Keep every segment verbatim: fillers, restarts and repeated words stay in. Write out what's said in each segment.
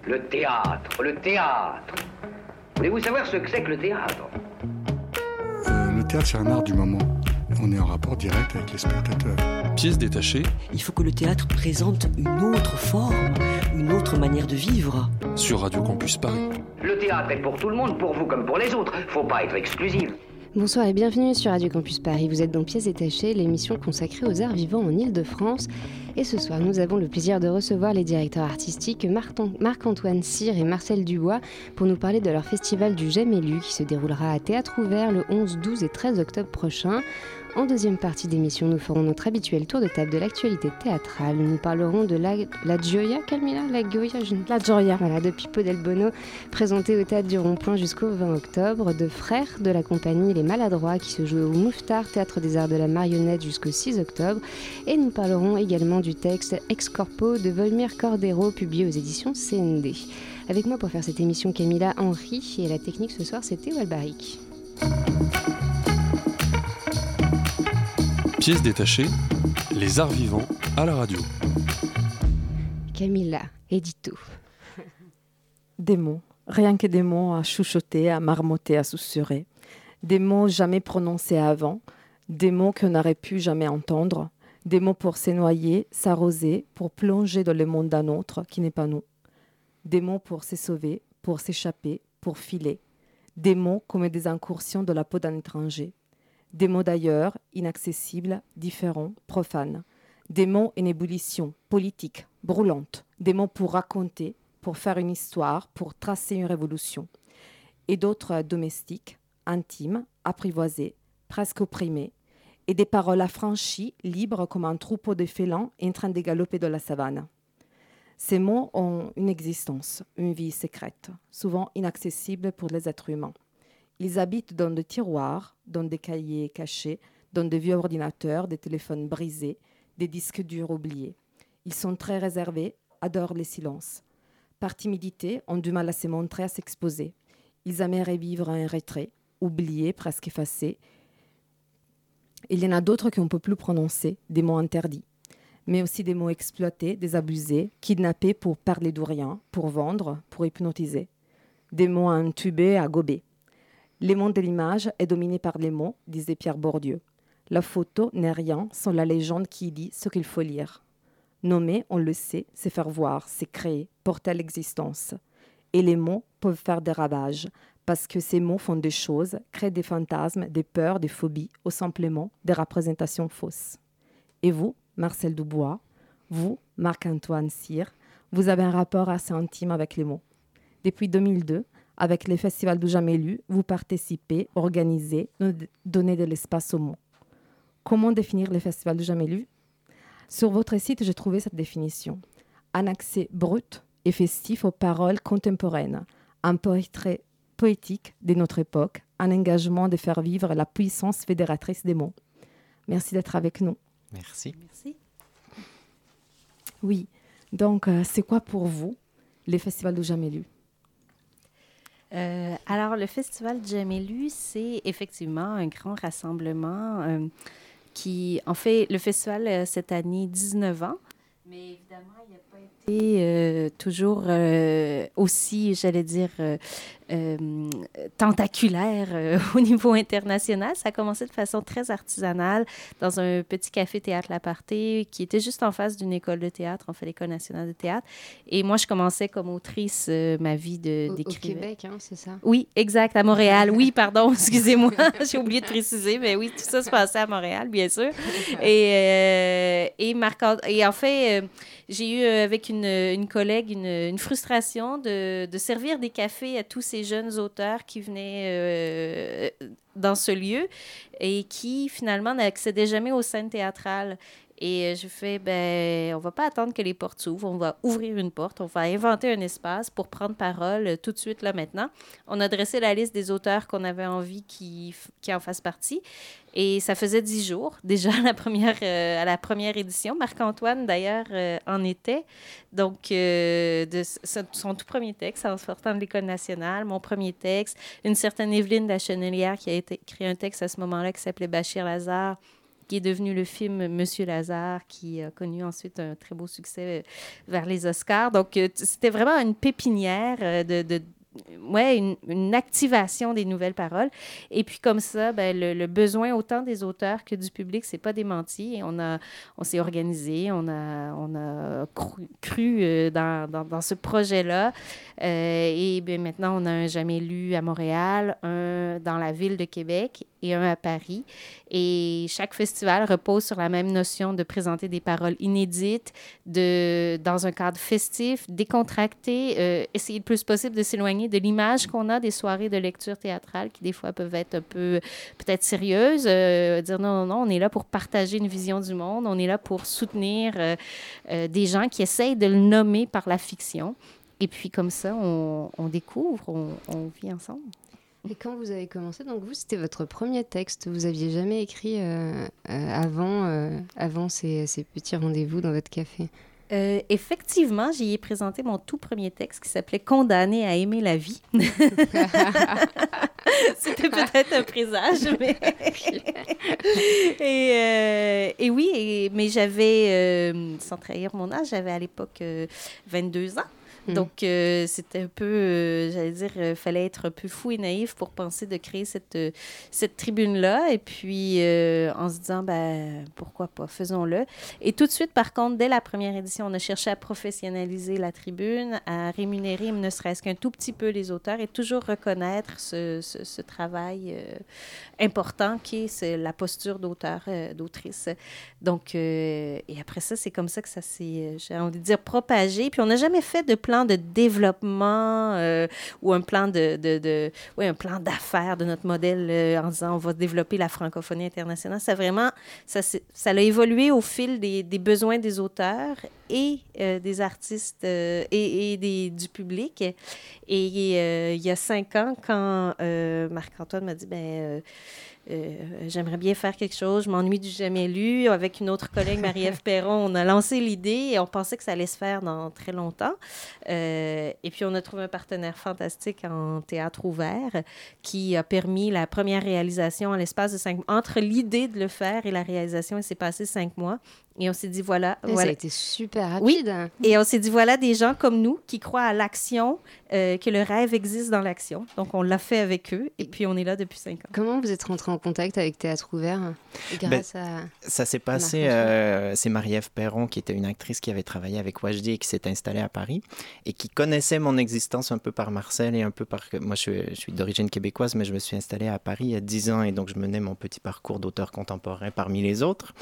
Le théâtre, le théâtre. Voulez-vous savoir ce que c'est que le théâtre ? euh, Le théâtre, c'est un art du moment. On est en rapport direct avec les spectateurs. Pièce détachée. Il faut que le théâtre présente une autre forme, une autre manière de vivre. Sur Radio Campus Paris. Le théâtre est pour tout le monde, pour vous comme pour les autres. Faut pas être exclusif. Bonsoir et bienvenue sur Radio Campus Paris. Vous êtes dans Pièces détachées, l'émission consacrée aux arts vivants en Ile-de-France. Et ce soir, nous avons le plaisir de recevoir les directeurs artistiques Marc-Antoine Cyr et Marcel Dubois pour nous parler de leur festival du Jamais Lu qui se déroulera à Théâtre Ouvert le onze, douze et treize octobre prochain. En deuxième partie d'émission, nous ferons notre habituel tour de table de l'actualité théâtrale. Nous parlerons de la, la Gioia, Calmila, la Gioia, je... la Gioia, voilà, de Pippo del Bono, présenté au Théâtre du Rond-Point jusqu'au vingt octobre, de Frères de la compagnie Les Maladroits qui se joue au Mouffetard, Théâtre des Arts de la Marionnette jusqu'au six octobre. Et nous parlerons également du texte Ex Corpo de Volmir Cordero, publié aux éditions C N D. Avec moi pour faire cette émission, Camilla Henry, et à la technique ce soir, c'est Théo Albaric. Pièces détachées, les arts vivants à la radio. Camilla, édito. Des mots, rien que des mots à chuchoter, à marmotter, à susurrer. Des mots jamais prononcés avant, des mots qu'on n'aurait pu jamais entendre, des mots pour se noyer, s'arroser, pour plonger dans le monde d'un autre qui n'est pas nous. Des mots pour se sauver, pour s'échapper, pour filer. Des mots comme des incursions de la peau d'un étranger. Des mots d'ailleurs, inaccessibles, différents, profanes. Des mots en ébullition, politique, brûlante. Des mots pour raconter, pour faire une histoire, pour tracer une révolution. Et d'autres domestiques, intimes, apprivoisés, presque opprimés. Et des paroles affranchies, libres comme un troupeau de félins en train de galoper dans la savane. Ces mots ont une existence, une vie secrète, souvent inaccessible pour les êtres humains. Ils habitent dans des tiroirs, dans des cahiers cachés, dans des vieux ordinateurs, des téléphones brisés, des disques durs oubliés. Ils sont très réservés, adorent les silences. Par timidité, ont du mal à se montrer, à s'exposer. Ils aimeraient vivre un retrait, oubliés, presque effacés. Il y en a d'autres qu'on ne peut plus prononcer, des mots interdits, mais aussi des mots exploités, désabusés, kidnappés pour parler de rien, pour vendre, pour hypnotiser. Des mots intubés, à gober. Le monde de l'image est dominé par les mots, disait Pierre Bourdieu. La photo n'est rien sans la légende qui dit ce qu'il faut lire. Nommer, on le sait, c'est faire voir, c'est créer, porter à l'existence. Et les mots peuvent faire des ravages, parce que ces mots font des choses, créent des fantasmes, des peurs, des phobies, ou simplement des représentations fausses. Et vous, Marcel Dubois, vous, Marc-Antoine Cyr, vous avez un rapport assez intime avec les mots. Depuis deux mille deux, avec les festivals du Jamais Lu, vous participez, organisez, donnez de l'espace aux mots. Comment définir les festivals du Jamais Lu ? Sur votre site, j'ai trouvé cette définition. Un accès brut et festif aux paroles contemporaines, un portrait poétique de notre époque, un engagement de faire vivre la puissance fédératrice des mots. Merci d'être avec nous. Merci. Merci. Oui, donc euh, c'est quoi pour vous les festivals du Jamais Lu ? Euh, alors, le Festival du Jamais Lu, c'est effectivement un grand rassemblement euh, qui, en fait, le festival, euh, cette année, dix-neuf ans, mais évidemment, il n'a pas été euh, toujours euh, aussi, j'allais dire, euh, euh, tentaculaire euh, au niveau international. Ça a commencé de façon très artisanale dans un petit café théâtre L'Aparté qui était juste en face d'une école de théâtre, en fait, l'École nationale de théâtre. Et moi, je commençais comme autrice euh, ma vie de, au, d'écrivain. Au Québec, hein, c'est ça? Oui, exact, à Montréal. Oui, pardon, excusez-moi, j'ai oublié de préciser, mais oui, tout ça se passait à Montréal, bien sûr. Et, euh, et, Marc, et en fait, euh, j'ai eu euh, avec une, une collègue une, une frustration de, de servir des cafés à tous ces jeunes auteurs qui venaient euh, dans ce lieu et qui, finalement, n'accédaient jamais aux scènes théâtrales. Et je fais, ben, on va pas attendre que les portes s'ouvrent, on va ouvrir une porte, on va inventer un espace pour prendre parole tout de suite, là, maintenant. On a dressé la liste des auteurs qu'on avait envie qui, qui en fassent partie. Et ça faisait dix jours, déjà à la première, euh, à la première édition. Marc-Antoine, d'ailleurs, euh, en était. Donc, euh, de son tout premier texte, en sortant de l'École nationale, mon premier texte, une certaine Evelyne Lachenelière qui a été, écrit un texte à ce moment-là qui s'appelait Bachir Lazare, qui est devenu le film Monsieur Lazare, qui a connu ensuite un très beau succès vers les Oscars. Donc, euh, c'était vraiment une pépinière euh, de... de Ouais, une, une activation des nouvelles paroles. Et puis comme ça, ben, le, le besoin autant des auteurs que du public s'est pas démenti. Et on, a, on s'est organisé, on a, on a cru, cru euh, dans, dans, dans ce projet-là. Euh, et bien, maintenant, on a un Jamais lu à Montréal, un dans la ville de Québec et un à Paris. Et chaque festival repose sur la même notion de présenter des paroles inédites, de, dans un cadre festif, décontracté, euh, essayer le plus possible de s'éloigner de l'image qu'on a des soirées de lecture théâtrale qui, des fois, peuvent être un peu, peut-être sérieuses. Euh, dire non, non, non, on est là pour partager une vision du monde, on est là pour soutenir euh, euh, des gens qui essayent de le nommer par la fiction. Et puis, comme ça, on, on découvre, on, on vit ensemble. Et quand vous avez commencé, donc vous, c'était votre premier texte. Vous n'aviez jamais écrit euh, euh, avant, euh, avant ces, ces petits rendez-vous dans votre café? Euh, effectivement, j'y ai présenté mon tout premier texte qui s'appelait « Condamné à aimer la vie ». C'était peut-être un présage, mais... et, euh, et oui, et, mais j'avais, euh, sans trahir mon âge, j'avais à l'époque euh, vingt-deux ans. Mmh. Donc, euh, c'était un peu, euh, j'allais dire, il euh, fallait être un peu fou et naïf pour penser de créer cette, euh, cette tribune-là. Et puis, euh, en se disant, ben, pourquoi pas, faisons-le. Et tout de suite, par contre, dès la première édition, on a cherché à professionnaliser la tribune, à rémunérer ne serait-ce qu'un tout petit peu les auteurs et toujours reconnaître ce, ce, ce travail euh, important qui est, c'est la posture d'auteur, euh, d'autrice. Donc, euh, et après ça, c'est comme ça que ça s'est, j'ai envie de dire, propagé. Puis, on n'a jamais fait de plan de développement euh, ou un plan de, de, de oui, un plan d'affaires de notre modèle euh, en disant on va développer la francophonie internationale. Ça vraiment, ça, ça a évolué au fil des, des besoins des auteurs et euh, des artistes euh, et, et des, du public. Et euh, il y a cinq ans, quand euh, Marc-Antoine m'a dit, ben euh, Euh, j'aimerais bien faire quelque chose, je m'ennuie du Jamais lu. Avec une autre collègue, Marie-Ève Perron, on a lancé l'idée et on pensait que ça allait se faire dans très longtemps. Euh, et puis, on a trouvé un partenaire fantastique en théâtre ouvert qui a permis la première réalisation en l'espace de cinq mois. Entre l'idée de le faire et la réalisation, il s'est passé cinq mois. Et on s'est dit, voilà... Et voilà. Ça a été super rapide. Oui. Et on s'est dit, voilà des gens comme nous qui croient à l'action, euh, que le rêve existe dans l'action. Donc, on l'a fait avec eux et puis on est là depuis cinq ans. Comment vous êtes rentré en contact avec Théâtre Ouvert grâce ben, à... Ça s'est passé... Euh, c'est Marie-Ève Perron, qui était une actrice qui avait travaillé avec Wajdi et qui s'est installée à Paris et qui connaissait mon existence un peu par Marcel et un peu par... Moi, je, je suis d'origine québécoise, mais je me suis installée à Paris il y a dix ans et donc je menais mon petit parcours d'auteur contemporain parmi les autres.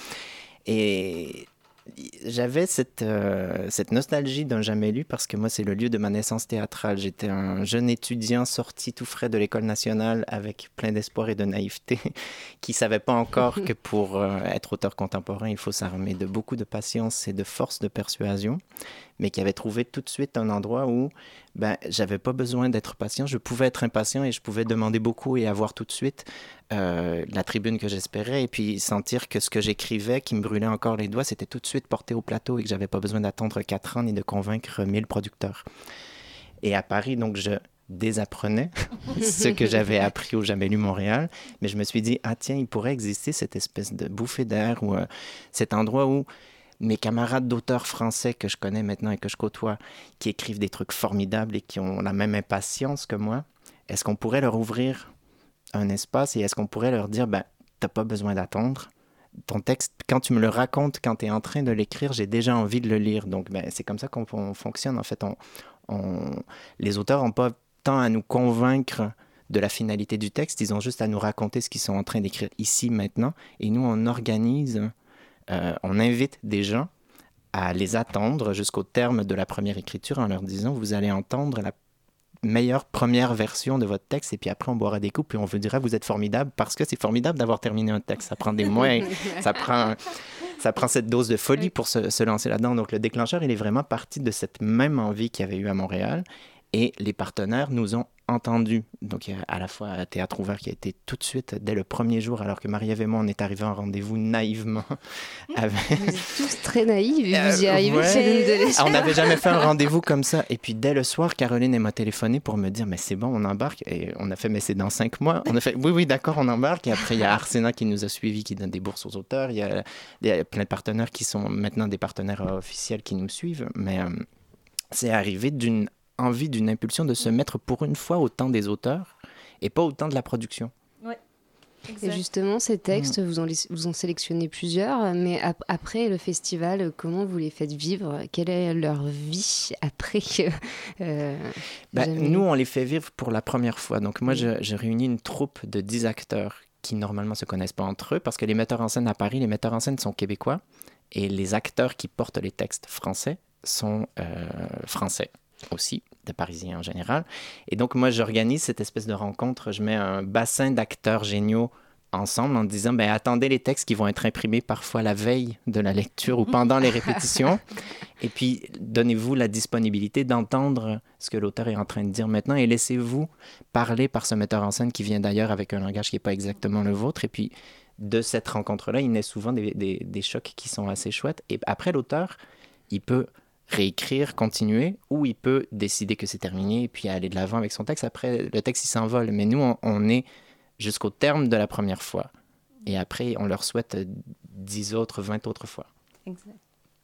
Et j'avais cette, euh, cette nostalgie d'un Jamais lu parce que moi, c'est le lieu de ma naissance théâtrale. J'étais un jeune étudiant sorti tout frais de l'École nationale avec plein d'espoir et de naïveté qui ne savait pas encore que pour euh, être auteur contemporain, il faut s'armer de beaucoup de patience et de force de persuasion, mais qui avait trouvé tout de suite un endroit où ben, j'avais pas besoin d'être patient, je pouvais être impatient et je pouvais demander beaucoup et avoir tout de suite euh, la tribune que j'espérais et puis sentir que ce que j'écrivais, qui me brûlait encore les doigts, c'était tout de suite porté au plateau et que j'avais pas besoin d'attendre quatre ans ni de convaincre mille producteurs. Et à Paris, donc, je désapprenais ce que j'avais appris au Jamais lu Montréal, mais je me suis dit, ah tiens, il pourrait exister cette espèce de bouffée d'air ou euh, cet endroit où mes camarades d'auteurs français que je connais maintenant et que je côtoie, qui écrivent des trucs formidables et qui ont la même impatience que moi, est-ce qu'on pourrait leur ouvrir un espace et est-ce qu'on pourrait leur dire, ben, t'as pas besoin d'attendre. Ton texte, quand tu me le racontes, quand tu es en train de l'écrire, j'ai déjà envie de le lire. Donc, ben, c'est comme ça qu'on on fonctionne. En fait, on, on, les auteurs n'ont pas tant à nous convaincre de la finalité du texte, ils ont juste à nous raconter ce qu'ils sont en train d'écrire ici, maintenant. Et nous, on organise... Euh, on invite des gens à les attendre jusqu'au terme de la première écriture en leur disant « Vous allez entendre la meilleure première version de votre texte et puis après on boira des coups puis on vous dira « Vous êtes formidable » parce que c'est formidable d'avoir terminé un texte. Ça prend des mois, ça prend, ça prend cette dose de folie pour se, se lancer là-dedans. Donc le déclencheur, il est vraiment parti de cette même envie qu'il y avait eu à Montréal. Et les partenaires nous ont entendus. Donc, il y a à la fois à Théâtre Ouvert qui a été tout de suite, dès le premier jour, alors que Marie-Ève et moi, on est arrivés en rendez-vous naïvement. Avec... Vous êtes tous très naïfs et vous y Euh, arrivez, ouais. Céline Delessert. On n'avait jamais fait un rendez-vous comme ça. Et puis, dès le soir, Caroline elle m'a téléphoné pour me dire « Mais c'est bon, on embarque. » Et on a fait « Mais c'est dans cinq mois. » On a fait « Oui, oui, d'accord, on embarque. » Et après, il y a Arsena qui nous a suivis, qui donne des bourses aux auteurs. Il y a, il y a plein de partenaires qui sont maintenant des partenaires euh, officiels qui nous suivent. Mais euh, c'est arrivé d'une envie, d'une impulsion de se mettre pour une fois au temps des auteurs et pas au temps de la production. Ouais. Et justement, ces textes, vous en, vous en sélectionnez plusieurs, mais ap- après le festival, comment vous les faites vivre? Quelle est leur vie après que, euh, Ben, jamais- nous, on les fait vivre pour la première fois. Donc moi, je, je réunis une troupe de dix acteurs qui normalement se connaissent pas entre eux parce que les metteurs en scène à Paris, les metteurs en scène sont québécois et les acteurs qui portent les textes français sont euh, français aussi, de Parisiens en général. Et donc, moi, j'organise cette espèce de rencontre. Je mets un bassin d'acteurs géniaux ensemble en disant, ben, attendez les textes qui vont être imprimés parfois la veille de la lecture ou pendant les répétitions. Et puis, donnez-vous la disponibilité d'entendre ce que l'auteur est en train de dire maintenant et laissez-vous parler par ce metteur en scène qui vient d'ailleurs avec un langage qui n'est pas exactement le vôtre. Et puis, de cette rencontre-là, il naît souvent des, des, des chocs qui sont assez chouettes. Et après, l'auteur, il peut réécrire, continuer, ou il peut décider que c'est terminé et puis aller de l'avant avec son texte. Après, le texte, il s'envole. Mais nous, on, on est jusqu'au terme de la première fois. Et après, on leur souhaite dix autres, vingt autres fois. Exact.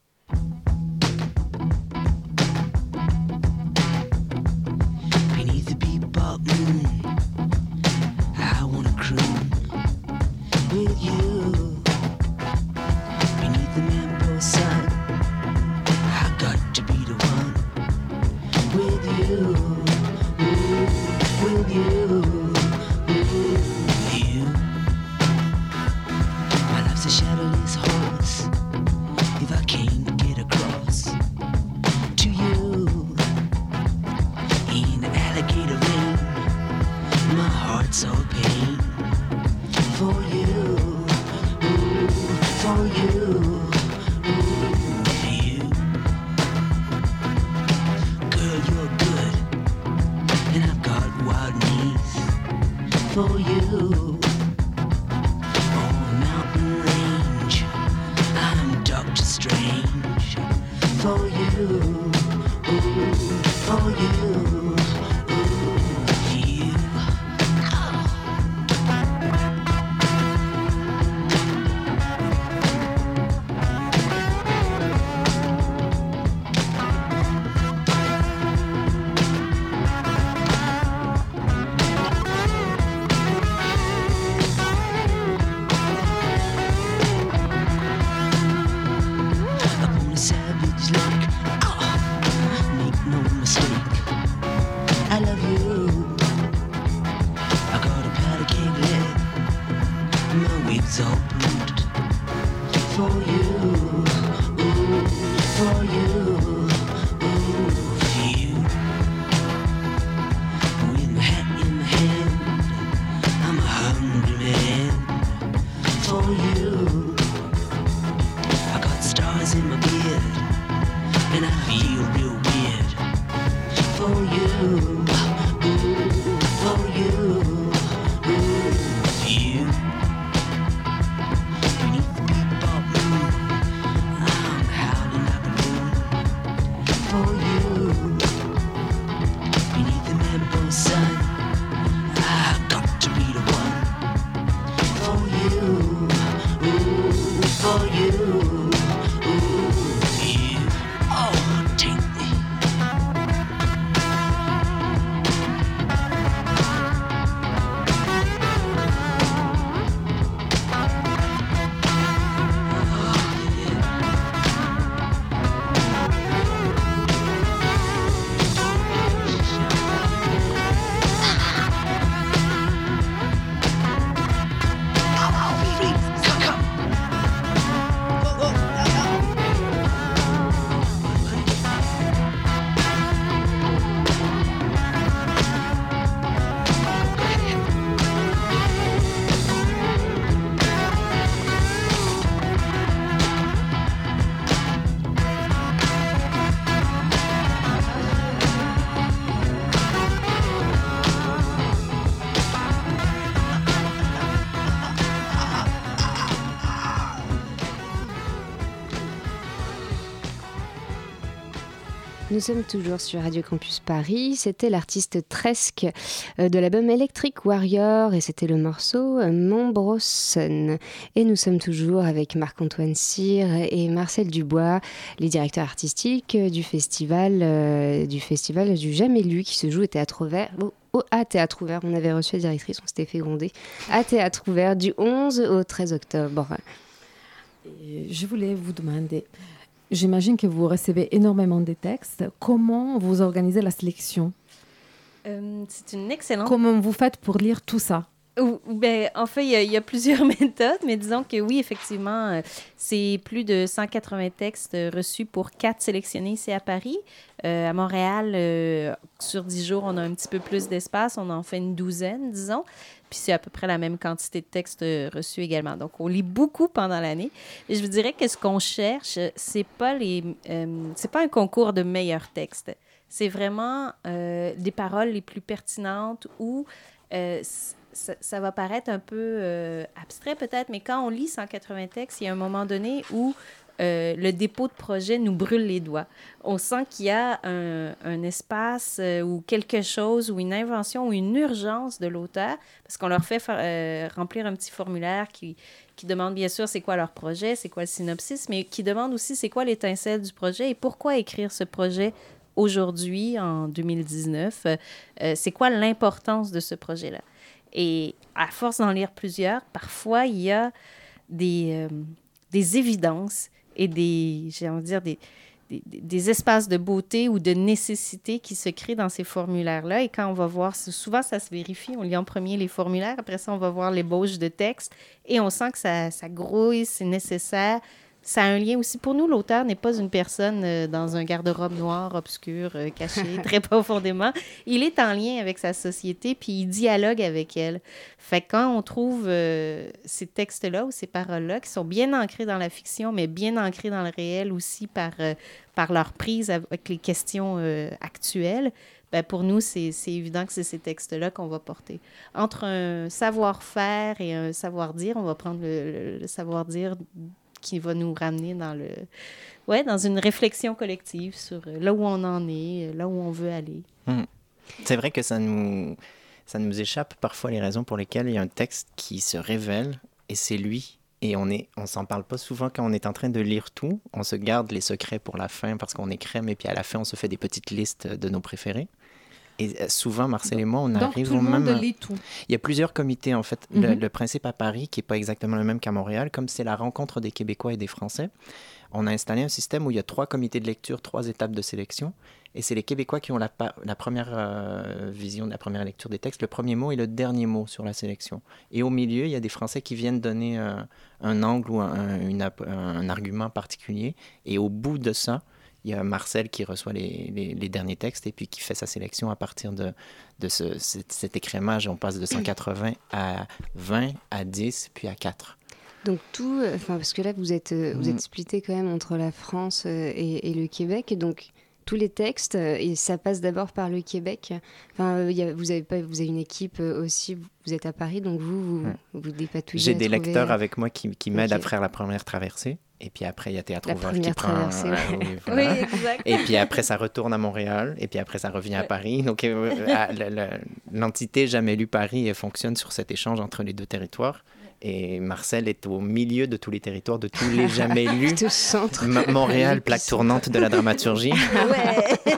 Beneath the bebop moon, I wanna croon with you. Beneath the Mempo sun, I got to be the one with you, ooh, with you, ooh, with you. My life's a shadowless horse. If I can't get across to you in alligator rain, my heart's all pain for you, ooh, for you, ooh, for you. Girl, you're good, and I've got wild needs for you. On mountain range, I'm Doctor Strange for you, ooh, for you, ooh, for you. Upon a savage lake, ah, make no mistake, I love you. I got a powder keg leg, my wig's all bruised for you, ooh, for you, ooh, for you. With my hat in my hand, I'm a hungry man for you. I got stars in my beard, and I feel real weird for you, ooh, for you, ooh, for you. Beneath the bebop moon, I'm howling like a loon for you. Beneath the Mempo sun, I got to be the one for you, ooh, for you. Ooh, for you. Oh, take me. Nous sommes toujours sur Radio Campus Paris. C'était l'artiste Tresque euh, de l'album Electric Warrior et c'était le morceau euh, Mombroson. Et nous sommes toujours avec Marc-Antoine Cyr et Marcel Dubois, les directeurs artistiques euh, du festival euh, du festival du Jamais Lu qui se joue au Théâtre Ouvert. Oh, oh, à Théâtre Ouvert, on avait reçu la directrice, on s'était fait gronder. À Théâtre Ouvert du onze au treize octobre. Et je voulais vous demander, j'imagine que vous recevez énormément de textes. Comment vous organisez la sélection? Euh, c'est une excellente... Comment vous faites pour lire tout ça? Ou- ben, en fait, il y, a- il y a plusieurs méthodes, mais disons que oui, effectivement, euh, c'est plus de cent quatre-vingts textes euh, reçus pour quatre sélectionnés ici à Paris. Euh, à Montréal, euh, sur dix jours, on a un petit peu plus d'espace. On en fait une douzaine, disons. Puis c'est à peu près la même quantité de textes euh, reçus également. Donc, on lit beaucoup pendant l'année. Et je vous dirais que ce qu'on cherche, c'est pas les, euh, c'est pas un concours de meilleurs textes. C'est vraiment euh, des paroles les plus pertinentes ou euh, ça, ça va paraître un peu euh, abstrait peut-être, mais quand on lit cent quatre-vingts textes, il y a un moment donné où euh, le dépôt de projet nous brûle les doigts. On sent qu'il y a un, un espace euh, ou quelque chose, ou une invention, ou une urgence de l'auteur, parce qu'on leur fait fa- euh, remplir un petit formulaire qui, qui demande bien sûr c'est quoi leur projet, c'est quoi le synopsis, mais qui demande aussi c'est quoi l'étincelle du projet et pourquoi écrire ce projet aujourd'hui, en deux mille dix-neuf. Euh, c'est quoi l'importance de ce projet-là? Et à force d'en lire plusieurs, parfois, il y a des, euh, des évidences et des, j'ai envie de dire, des, des, des espaces de beauté ou de nécessité qui se créent dans ces formulaires-là. Et quand on va voir, souvent, ça se vérifie. On lit en premier les formulaires. Après ça, on va voir l'ébauche de texte. Et on sent que ça, ça grouille, c'est nécessaire. Ça a un lien aussi. Pour nous, l'auteur n'est pas une personne euh, dans un garde-robe noir, obscur, euh, caché très profondément. Il est en lien avec sa société, puis il dialogue avec elle. Fait que quand on trouve euh, ces textes-là ou ces paroles-là qui sont bien ancrés dans la fiction, mais bien ancrés dans le réel aussi par, euh, par leur prise avec les questions euh, actuelles, ben pour nous, c'est, c'est évident que c'est ces textes-là qu'on va porter. Entre un savoir-faire et un savoir-dire, on va prendre le, le, le savoir-dire qui va nous ramener dans le ouais dans une réflexion collective sur là où on en est, là où on veut aller. Mmh. C'est vrai que ça nous ça nous échappe parfois les raisons pour lesquelles il y a un texte qui se révèle et c'est lui et on est on s'en parle pas souvent quand on est en train de lire tout, on se garde les secrets pour la fin parce qu'on est crème et puis à la fin on se fait des petites listes de nos préférés. Et souvent, Marcel et moi, on Donc, arrive tout le au même... monde lit tout. Il y a plusieurs comités, en fait. Mm-hmm. Le, le principe à Paris, qui n'est pas exactement le même qu'à Montréal, comme c'est la rencontre des Québécois et des Français, on a installé un système où il y a trois comités de lecture, trois étapes de sélection. Et c'est les Québécois qui ont la, pa- la première euh, vision, la première lecture des textes, le premier mot et le dernier mot sur la sélection. Et au milieu, il y a des Français qui viennent donner euh, un angle ou un, une, un argument particulier. Et au bout de ça, il y a Marcel qui reçoit les, les, les derniers textes et puis qui fait sa sélection à partir de, de ce, cet, cet écrémage. On passe de cent quatre-vingts à vingt, à dix, puis à quatre. Donc tout, enfin parce que là vous êtes, euh, vous êtes splitté quand même entre la France euh, et, et le Québec, et donc tous les textes, euh, et ça passe d'abord par le Québec. Enfin, euh, y a, vous avez pas, vous avez une équipe euh, aussi. Vous êtes à Paris, donc vous vous, ouais. vous dépatouillez. J'ai des trouver... lecteurs avec moi qui, qui m'aident okay. à faire la première traversée. Et puis après, il y a Théâtre La Ouvert première qui prend... traversée, Euh, ouais. oui, voilà. Oui, exact. Et puis après, ça retourne à Montréal. Et puis après, ça revient à Paris. Donc, euh, à, le, le, l'entité Jamais Lu Paris fonctionne sur cet échange entre les deux territoires. Et Marcel est au milieu de tous les territoires, de tous les Jamais Lus. Tout centre. M- Montréal, plaque tournante de la dramaturgie. Ouais.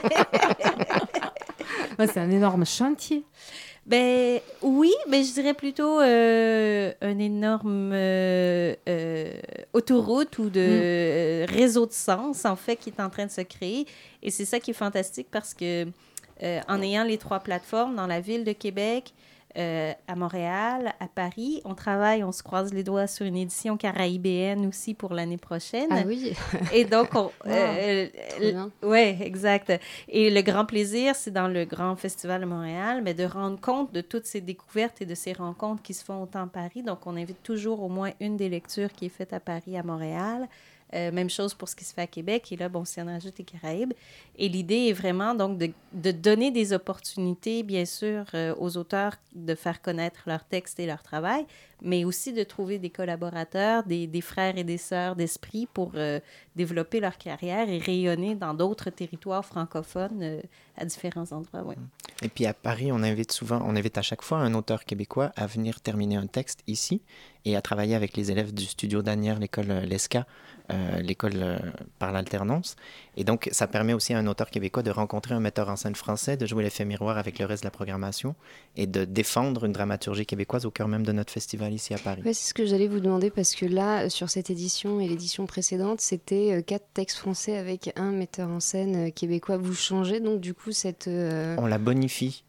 Ouais, c'est un énorme chantier. Ben oui, mais je dirais plutôt euh, un énorme euh, euh, autoroute ou de euh, réseau de sens, en fait, qui est en train de se créer. Et c'est ça qui est fantastique parce que euh, en ayant les trois plateformes dans la ville de Québec, euh, à Montréal, à Paris, on travaille, on se croise les doigts sur une édition caraïbéenne aussi pour l'année prochaine. Ah oui. Et donc, on... Wow. euh, oui, exact. Et le grand plaisir, c'est dans le Grand Festival de Montréal, mais de rendre compte de toutes ces découvertes et de ces rencontres qui se font autant à Paris. Donc, on invite toujours au moins une des lectures qui est faite à Paris, à Montréal. Euh, même chose pour ce qui se fait à Québec. Et là, bon, si on rajoute les Caraïbes. Et l'idée est vraiment donc de, de donner des opportunités, bien sûr, euh, aux auteurs de faire connaître leurs textes et leur travail, mais aussi de trouver des collaborateurs, des, des frères et des sœurs d'esprit pour euh, développer leur carrière et rayonner dans d'autres territoires francophones euh, à différents endroits. Ouais. Et puis à Paris, on invite souvent, on invite à chaque fois un auteur québécois à venir terminer un texte ici et à travailler avec les élèves du studio d'Anières, l'école euh, l'ESCA, euh, l'école euh, par l'alternance. Et donc, ça permet aussi à un auteur québécois de rencontrer un metteur en scène français, de jouer l'effet miroir avec le reste de la programmation et de défendre une dramaturgie québécoise au cœur même de notre festival ici à Paris. Ouais, c'est ce que j'allais vous demander parce que là, sur cette édition et l'édition précédente, c'était euh, quatre textes français avec un metteur en scène euh, québécois. Vous changez donc du coup cette... Euh... On la bonifie.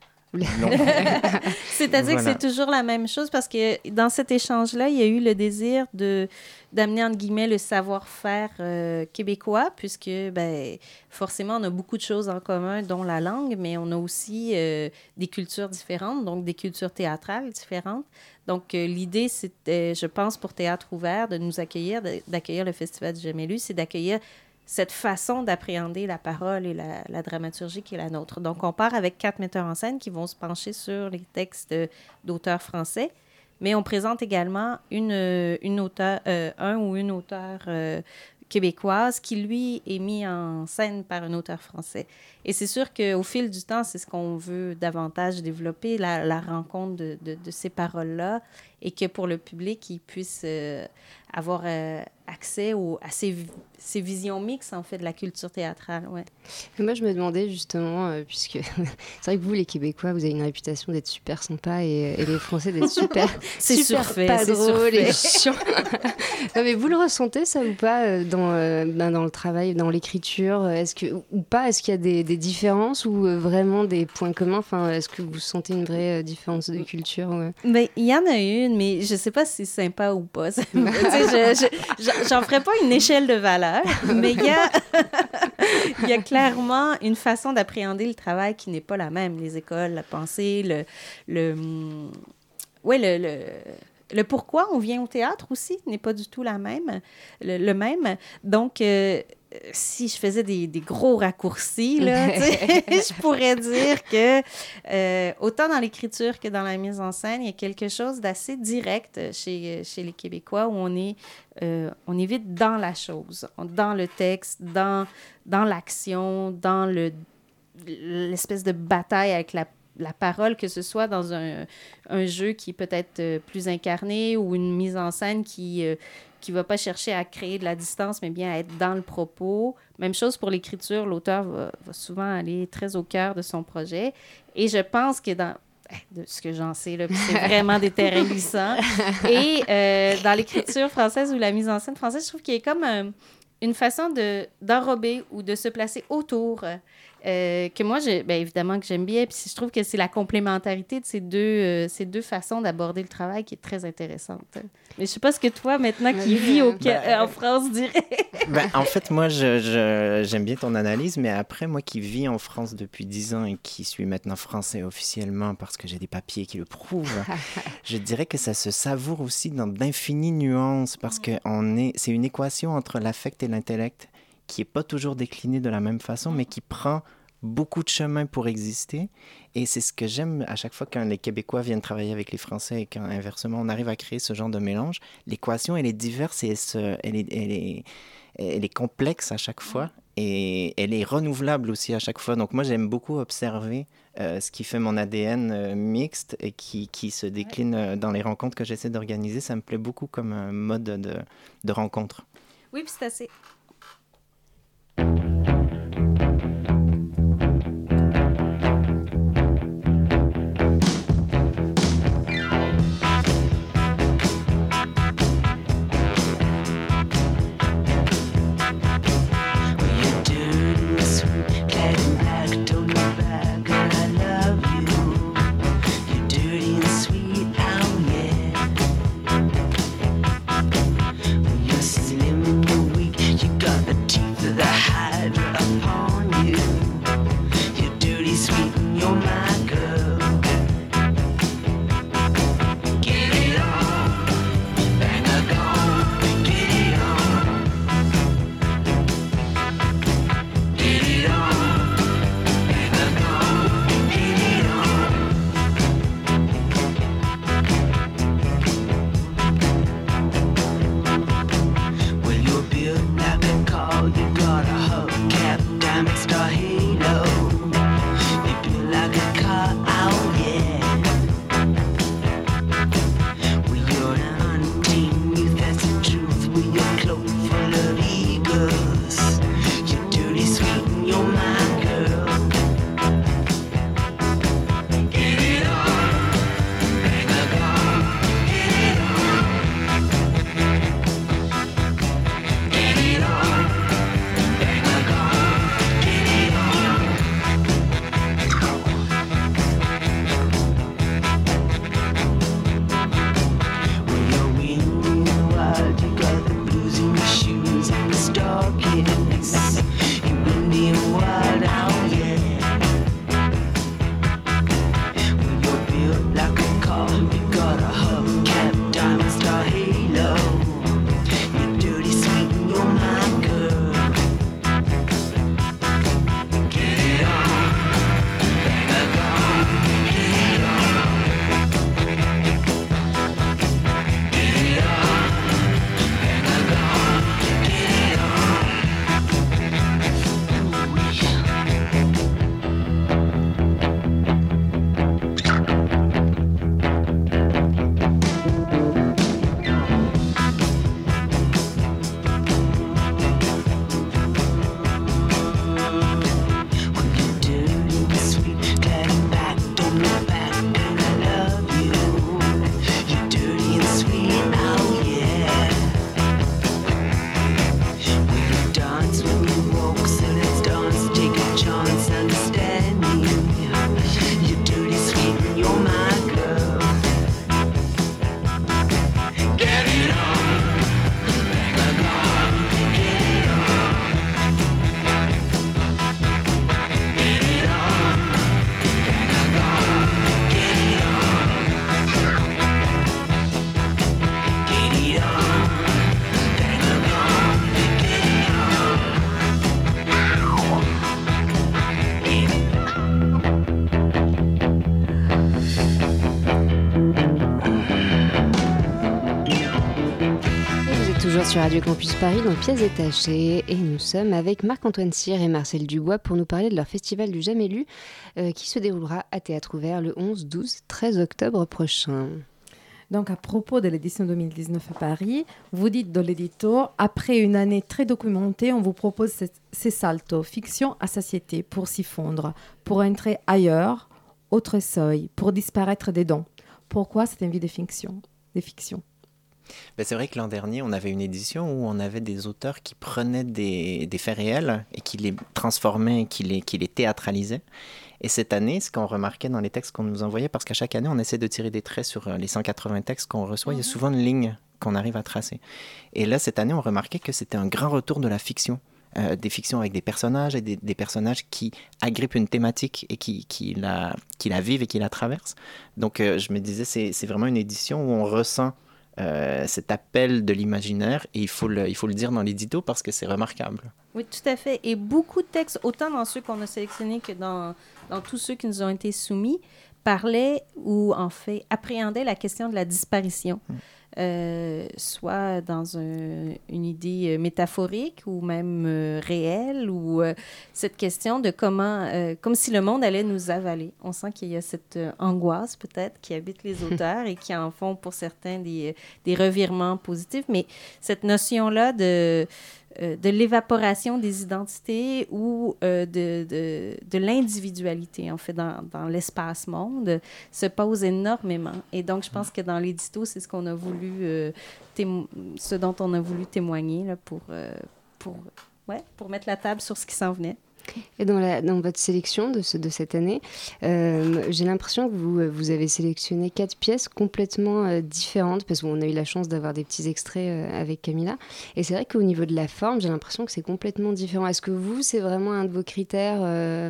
C'est-à-dire voilà. que c'est toujours la même chose parce que dans cet échange-là, il y a eu le désir de, d'amener, entre guillemets, le savoir-faire euh, québécois puisque, ben, forcément, on a beaucoup de choses en commun, dont la langue, mais on a aussi euh, des cultures différentes, donc des cultures théâtrales différentes. Donc, euh, l'idée, c'était, je pense, pour Théâtre ouvert, de nous accueillir, de, d'accueillir le Festival du Jamais lu, c'est d'accueillir cette façon d'appréhender la parole et la, la dramaturgie qui est la nôtre. Donc, on part avec quatre metteurs en scène qui vont se pencher sur les textes d'auteurs français, mais on présente également une, une auteur, euh, un ou une auteure euh, québécoise qui, lui, est mis en scène par un auteur français. Et c'est sûr qu'au fil du temps, c'est ce qu'on veut davantage développer, la, la rencontre de, de, de ces paroles-là, et que pour le public, ils puissent euh, avoir euh, accès au, à ces, ces visions mixtes, en fait, de la culture théâtrale. Ouais. Moi, je me demandais justement, euh, puisque c'est vrai que vous, les Québécois, vous avez une réputation d'être super sympa et, et les Français d'être super, c'est super surfait, pas c'est drôles surfait. et chiants. Non, mais vous le ressentez, ça, ou pas, euh, dans, euh, ben, dans le travail, dans l'écriture, est-ce que, ou pas? Est-ce qu'il y a des, des différences ou euh, vraiment des points communs? Enfin, est-ce que vous sentez une vraie euh, différence de culture? Ouais. Ben, il y en a une, mais je ne sais pas si c'est sympa ou pas. je, je, j'en ferai pas une échelle de valeur, mais il y a, il y a clairement une façon d'appréhender le travail qui n'est pas la même. Les écoles, la pensée, le... le ouais, le... le Le pourquoi on vient au théâtre aussi n'est pas du tout la même, le, le même. Donc, euh, si je faisais des, des gros raccourcis, là, je pourrais dire que euh, autant dans l'écriture que dans la mise en scène, il y a quelque chose d'assez direct chez, chez les Québécois où on est, euh, on est vite dans la chose, dans le texte, dans, dans l'action, dans le, l'espèce de bataille avec la la parole, que ce soit dans un, un jeu qui est peut-être euh, plus incarné ou une mise en scène qui ne euh, va pas chercher à créer de la distance, mais bien à être dans le propos. Même chose pour l'écriture, l'auteur va, va souvent aller très au cœur de son projet. Et je pense que dans... de ce que j'en sais, là, c'est vraiment des terrains glissants. Et euh, dans l'écriture française ou la mise en scène française, je trouve qu'il y a comme euh, une façon de, d'enrober ou de se placer autour Euh, que moi, je, bien évidemment que j'aime bien, puis je trouve que c'est la complémentarité de ces deux, euh, ces deux façons d'aborder le travail qui est très intéressante. Mais je ne sais pas ce que toi, maintenant, qui vis au, ben, euh, en France, dirais. Ben, en fait, moi, je, je, j'aime bien ton analyse, mais après, moi qui vis en France depuis dix ans et qui suis maintenant français officiellement parce que j'ai des papiers qui le prouvent, je dirais que ça se savoure aussi dans d'infinies nuances parce que on est, c'est une équation entre l'affect et l'intellect qui n'est pas toujours décliné de la même façon, mais qui prend beaucoup de chemin pour exister. Et c'est ce que j'aime à chaque fois quand les Québécois viennent travailler avec les Français et quand, inversement, on arrive à créer ce genre de mélange. L'équation, elle est diverse et elle, se, elle, est, elle, est, elle est complexe à chaque fois et elle est renouvelable aussi à chaque fois. Donc moi, j'aime beaucoup observer euh, ce qui fait mon A D N euh, mixte et qui, qui se décline euh, dans les rencontres que j'essaie d'organiser. Ça me plaît beaucoup comme un mode de, de rencontre. Oui, puis c'est assez... are, oh yeah. Well, you're an hunting youth, that's the truth. With your cloak full of eagles, you're dirty, sweet, and you're my girl. Get it on, bang a gong. Get it on, get it on, bang a gong. Get it on. When you're in the wild, you got the blues in your shoes and the stockings. You in the wild, oh yeah. When you're built like a car, you got a hubcap, diamond star halo. You're dirty, sweet, and you're my girl. Get it on, bang a gong. Get it on, get it on, bang a gong. Get it on. When you're dirty and sweet, glad I'm back, don't look back, and I love you. You're dirty and sweet, oh yeah. When you dance, when you walk, so let's dance, take a chance, understand me. You're dirty, sweet, and you're my girl. Get it on, bang a gong. Get it on, get it on, bang a gong. Get it on, get it on, bang a gong. Get it Et vous êtes toujours sur Radio Campus Paris dans Pièces détachées et nous sommes avec Marc-Antoine Cyr et Marcel Dubois pour nous parler de leur festival du Jamais Lu euh, qui se déroulera à Théâtre Ouvert le onze, douze, treize octobre prochain. Donc, à propos de l'édition deux mille dix-neuf à Paris, vous dites dans l'édito, après une année très documentée, on vous propose ces, ces saltos, fiction à satiété, pour s'y fondre, pour entrer ailleurs, autre seuil, pour disparaître des dons. Pourquoi cette envie de fiction, des fictions? Ben, c'est vrai que l'an dernier, on avait une édition où on avait des auteurs qui prenaient des, des faits réels et qui les transformaient, qui les, qui les théâtralisaient. Et cette année, ce qu'on remarquait dans les textes qu'on nous envoyait, parce qu'à chaque année, on essaie de tirer des traits sur les cent quatre-vingts textes qu'on reçoit, mm-hmm. Il y a souvent une ligne qu'on arrive à tracer. Et là, cette année, on remarquait que c'était un grand retour de la fiction. Euh, des fictions avec des personnages et des, des personnages qui agrippent une thématique et qui, qui, la, qui la vivent et qui la traversent. Donc, euh, je me disais, c'est, c'est vraiment une édition où on ressent Euh, cet appel de l'imaginaire et il faut le, il faut le dire dans l'édito parce que c'est remarquable. Oui, tout à fait. Et beaucoup de textes, autant dans ceux qu'on a sélectionnés que dans, dans tous ceux qui nous ont été soumis, parlaient ou en fait appréhendaient la question de la disparition. Mmh. Euh, soit dans un, une idée métaphorique ou même euh, réelle, ou euh, cette question de comment, euh, comme si le monde allait nous avaler. On sent qu'il y a cette euh, angoisse peut-être qui habite les auteurs et qui en font pour certains des, des revirements positifs, mais cette notion-là de Euh, de l'évaporation des identités ou euh, de, de, de l'individualité, en fait, dans, dans l'espace-monde, se pose énormément. Et donc, je pense que dans l'édito, c'est ce qu'on a voulu, euh, témo- ce dont on a voulu témoigner là, pour, euh, pour, ouais, pour mettre la table sur ce qui s'en venait. Et dans, la, dans votre sélection de, ce, de cette année, euh, j'ai l'impression que vous, vous avez sélectionné quatre pièces complètement euh, différentes, parce qu'on a eu la chance d'avoir des petits extraits euh, avec Camilla. Et c'est vrai qu'au niveau de la forme, j'ai l'impression que c'est complètement différent. Est-ce que vous, c'est vraiment un de vos critères, euh,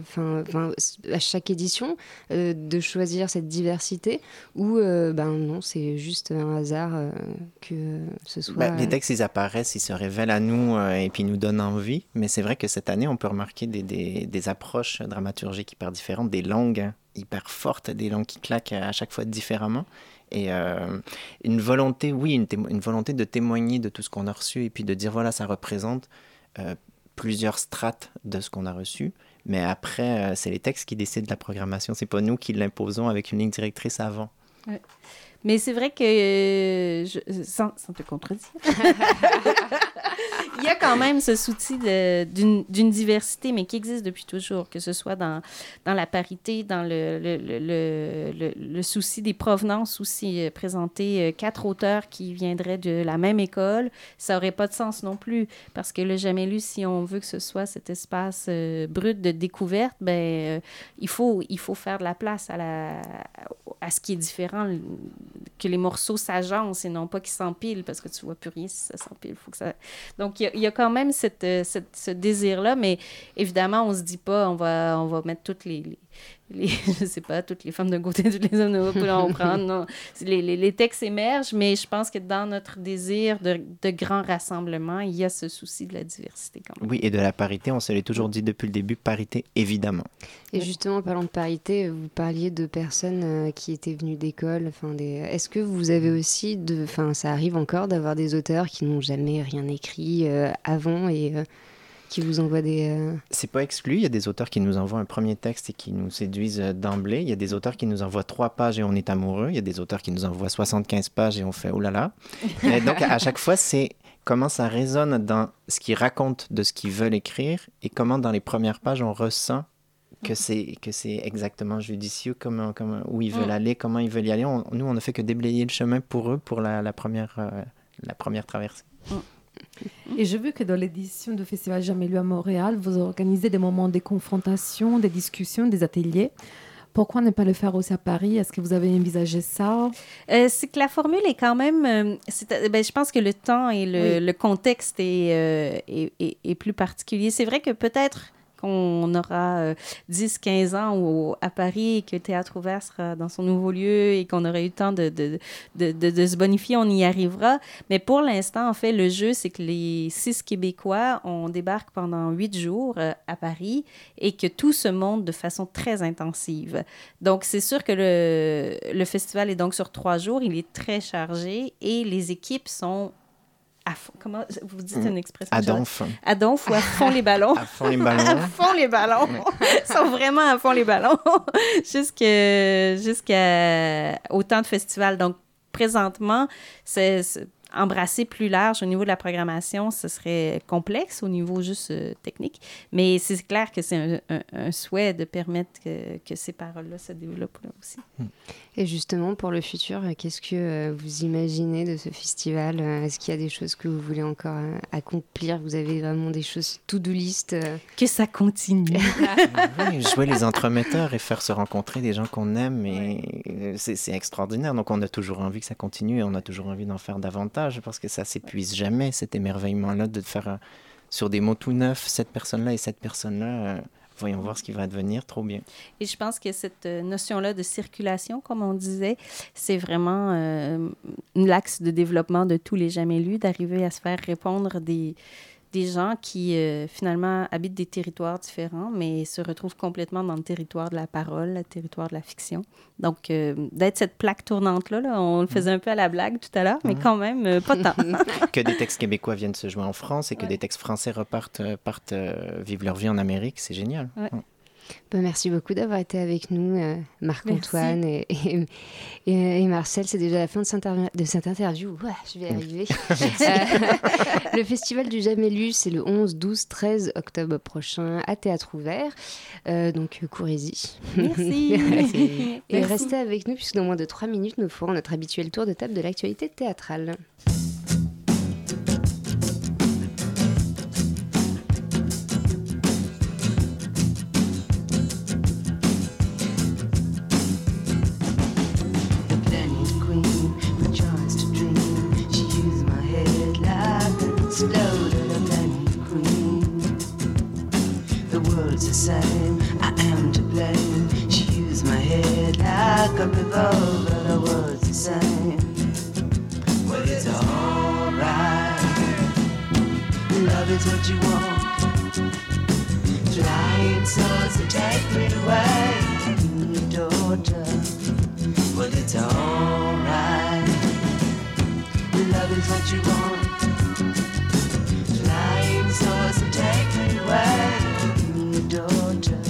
à chaque édition, euh, de choisir cette diversité, ou euh, ben non, c'est juste un hasard euh, que ce soit... Ben, les textes, ils apparaissent, ils se révèlent à nous euh, et puis ils nous donnent envie. Mais c'est vrai que cette année, on peut remarquer des Des, des approches dramaturgiques hyper différentes, des langues hyper fortes, des langues qui claquent à chaque fois différemment. Et euh, une volonté, oui, une, témo- une volonté de témoigner de tout ce qu'on a reçu et puis de dire, voilà, ça représente euh, plusieurs strates de ce qu'on a reçu, Mais après, euh, c'est les textes qui décident de la programmation. C'est pas nous qui l'imposons avec une ligne directrice avant. Ouais. Mais c'est vrai que, euh, je, sans, sans te contredire, il y a quand même ce souci de, d'une, d'une diversité, mais qui existe depuis toujours, que ce soit dans, dans la parité, dans le, le, le, le, le, le souci des provenances aussi. Euh, présenter euh, quatre auteurs qui viendraient de la même école, ça n'aurait pas de sens non plus, parce que le Jamais lu, si on veut que ce soit cet espace euh, brut de découverte, ben, euh, il, faut, il faut faire de la place à, la, à ce qui est différent, que les morceaux s'agencent et non pas qu'ils s'empilent, parce que tu vois plus rien si ça s'empile. Faut que ça... Donc, il y, y a quand même cette, cette, ce désir-là, mais évidemment, on se dit pas, on va, on va mettre toutes les... les... Les, je sais pas, toutes les femmes d'un côté, toutes les hommes de l'autre, pour en prendre. Non. Les, les, les textes émergent, mais je pense que dans notre désir de, de grand rassemblement, il y a ce souci de la diversité quand même. Oui, et de la parité, on se l'est toujours dit depuis le début, parité, évidemment. Et justement, en parlant de parité, vous parliez de personnes euh, qui étaient venues d'école. Enfin, des... Est-ce que vous avez aussi, de... enfin, ça arrive encore d'avoir des auteurs qui n'ont jamais rien écrit euh, avant et... Euh... qui vous envoient des... Euh... C'est pas exclu. Il y a des auteurs qui nous envoient un premier texte et qui nous séduisent d'emblée. Il y a des auteurs qui nous envoient trois pages et on est amoureux. Il y a des auteurs qui nous envoient soixante-quinze pages et on fait « oh là là ». Donc, à chaque fois, c'est comment ça résonne dans ce qu'ils racontent de ce qu'ils veulent écrire et comment, dans les premières pages, on ressent que c'est, que c'est exactement judicieux, comment, comment, où ils veulent mm. aller, comment ils veulent y aller. On, nous, on ne fait que déblayer le chemin pour eux pour la, la, première, euh, la première traversée. Mm. Et je veux que dans l'édition du Festival Jamais lu à Montréal, vous organisez des moments de confrontation, des discussions, des ateliers. Pourquoi ne pas le faire aussi à Paris? Est-ce que vous avez envisagé ça? Euh, c'est que la formule est quand même... Euh, c'est, ben, je pense que le temps et le, oui. le contexte est, euh, est, est, est plus particulier. C'est vrai que peut-être... qu'on aura euh, dix quinze ans au, à Paris et que Théâtre ouvert sera dans son nouveau lieu et qu'on aurait eu le temps de, de, de, de, de se bonifier, on y arrivera. Mais pour l'instant, en fait, le jeu, c'est que les six Québécois, on débarque pendant huit jours euh, à Paris et que tout se monte de façon très intensive. Donc, c'est sûr que le, le festival est donc sur trois jours, il est très chargé et les équipes sont... À fond, comment vous dites une expression? À donf. À donf ou à fond les ballons? À fond les ballons. À fond les ballons. Ils sont vraiment à fond les ballons jusqu'à, jusqu'à autant de festivals. Donc, présentement, c'est, c'est embrasser plus large au niveau de la programmation, ce serait complexe au niveau juste euh, technique. Mais c'est clair que c'est un, un, un souhait de permettre que, que ces paroles-là se développent là aussi. Et justement, pour le futur, qu'est-ce que euh, vous imaginez de ce festival? Est-ce qu'il y a des choses que vous voulez encore euh, accomplir? Vous avez vraiment des choses to-do list euh... Que ça continue. Oui, jouer les entremetteurs et faire se rencontrer des gens qu'on aime, et ouais. c'est, c'est extraordinaire. Donc, on a toujours envie que ça continue et on a toujours envie d'en faire davantage parce que ça s'épuise jamais, cet émerveillement-là de faire euh, sur des mots tout neufs, cette personne-là et cette personne-là... Euh, voyons voir ce qui va advenir, trop bien. Et je pense que cette notion-là de circulation, comme on disait, c'est vraiment euh, l'axe de développement de tous les Jamais lus, d'arriver à se faire répondre des, des gens qui, euh, finalement, habitent des territoires différents, mais se retrouvent complètement dans le territoire de la parole, le territoire de la fiction. Donc, euh, d'être cette plaque tournante-là, là, on le faisait un peu à la blague tout à l'heure, mais quand même, euh, pas tant. Que des textes québécois viennent se jouer en France et que ouais. des textes français repartent, partent euh, vivre leur vie en Amérique, c'est génial. Ouais. Ouais. Ben, merci beaucoup d'avoir été avec nous, euh, Marc-Antoine et, et, et, et Marcel. C'est déjà la fin de cette, interv- de cette interview. Ouah, je vais y arriver. euh, le Festival du Jamais lu, c'est le onze, douze, treize octobre prochain à Théâtre ouvert. Euh, donc, courez-y. Merci. Merci. Et merci. Restez avec nous, puisque dans moins de trois minutes, nous ferons notre habituel tour de table de l'actualité théâtrale. I am to blame. She used my head like a revolver. The words the same. Well, it's alright. Love is what you want. Flying swords to take me away. Your daughter. Well, it's alright. Love is what you want. Flying swords to take me away. Daughter.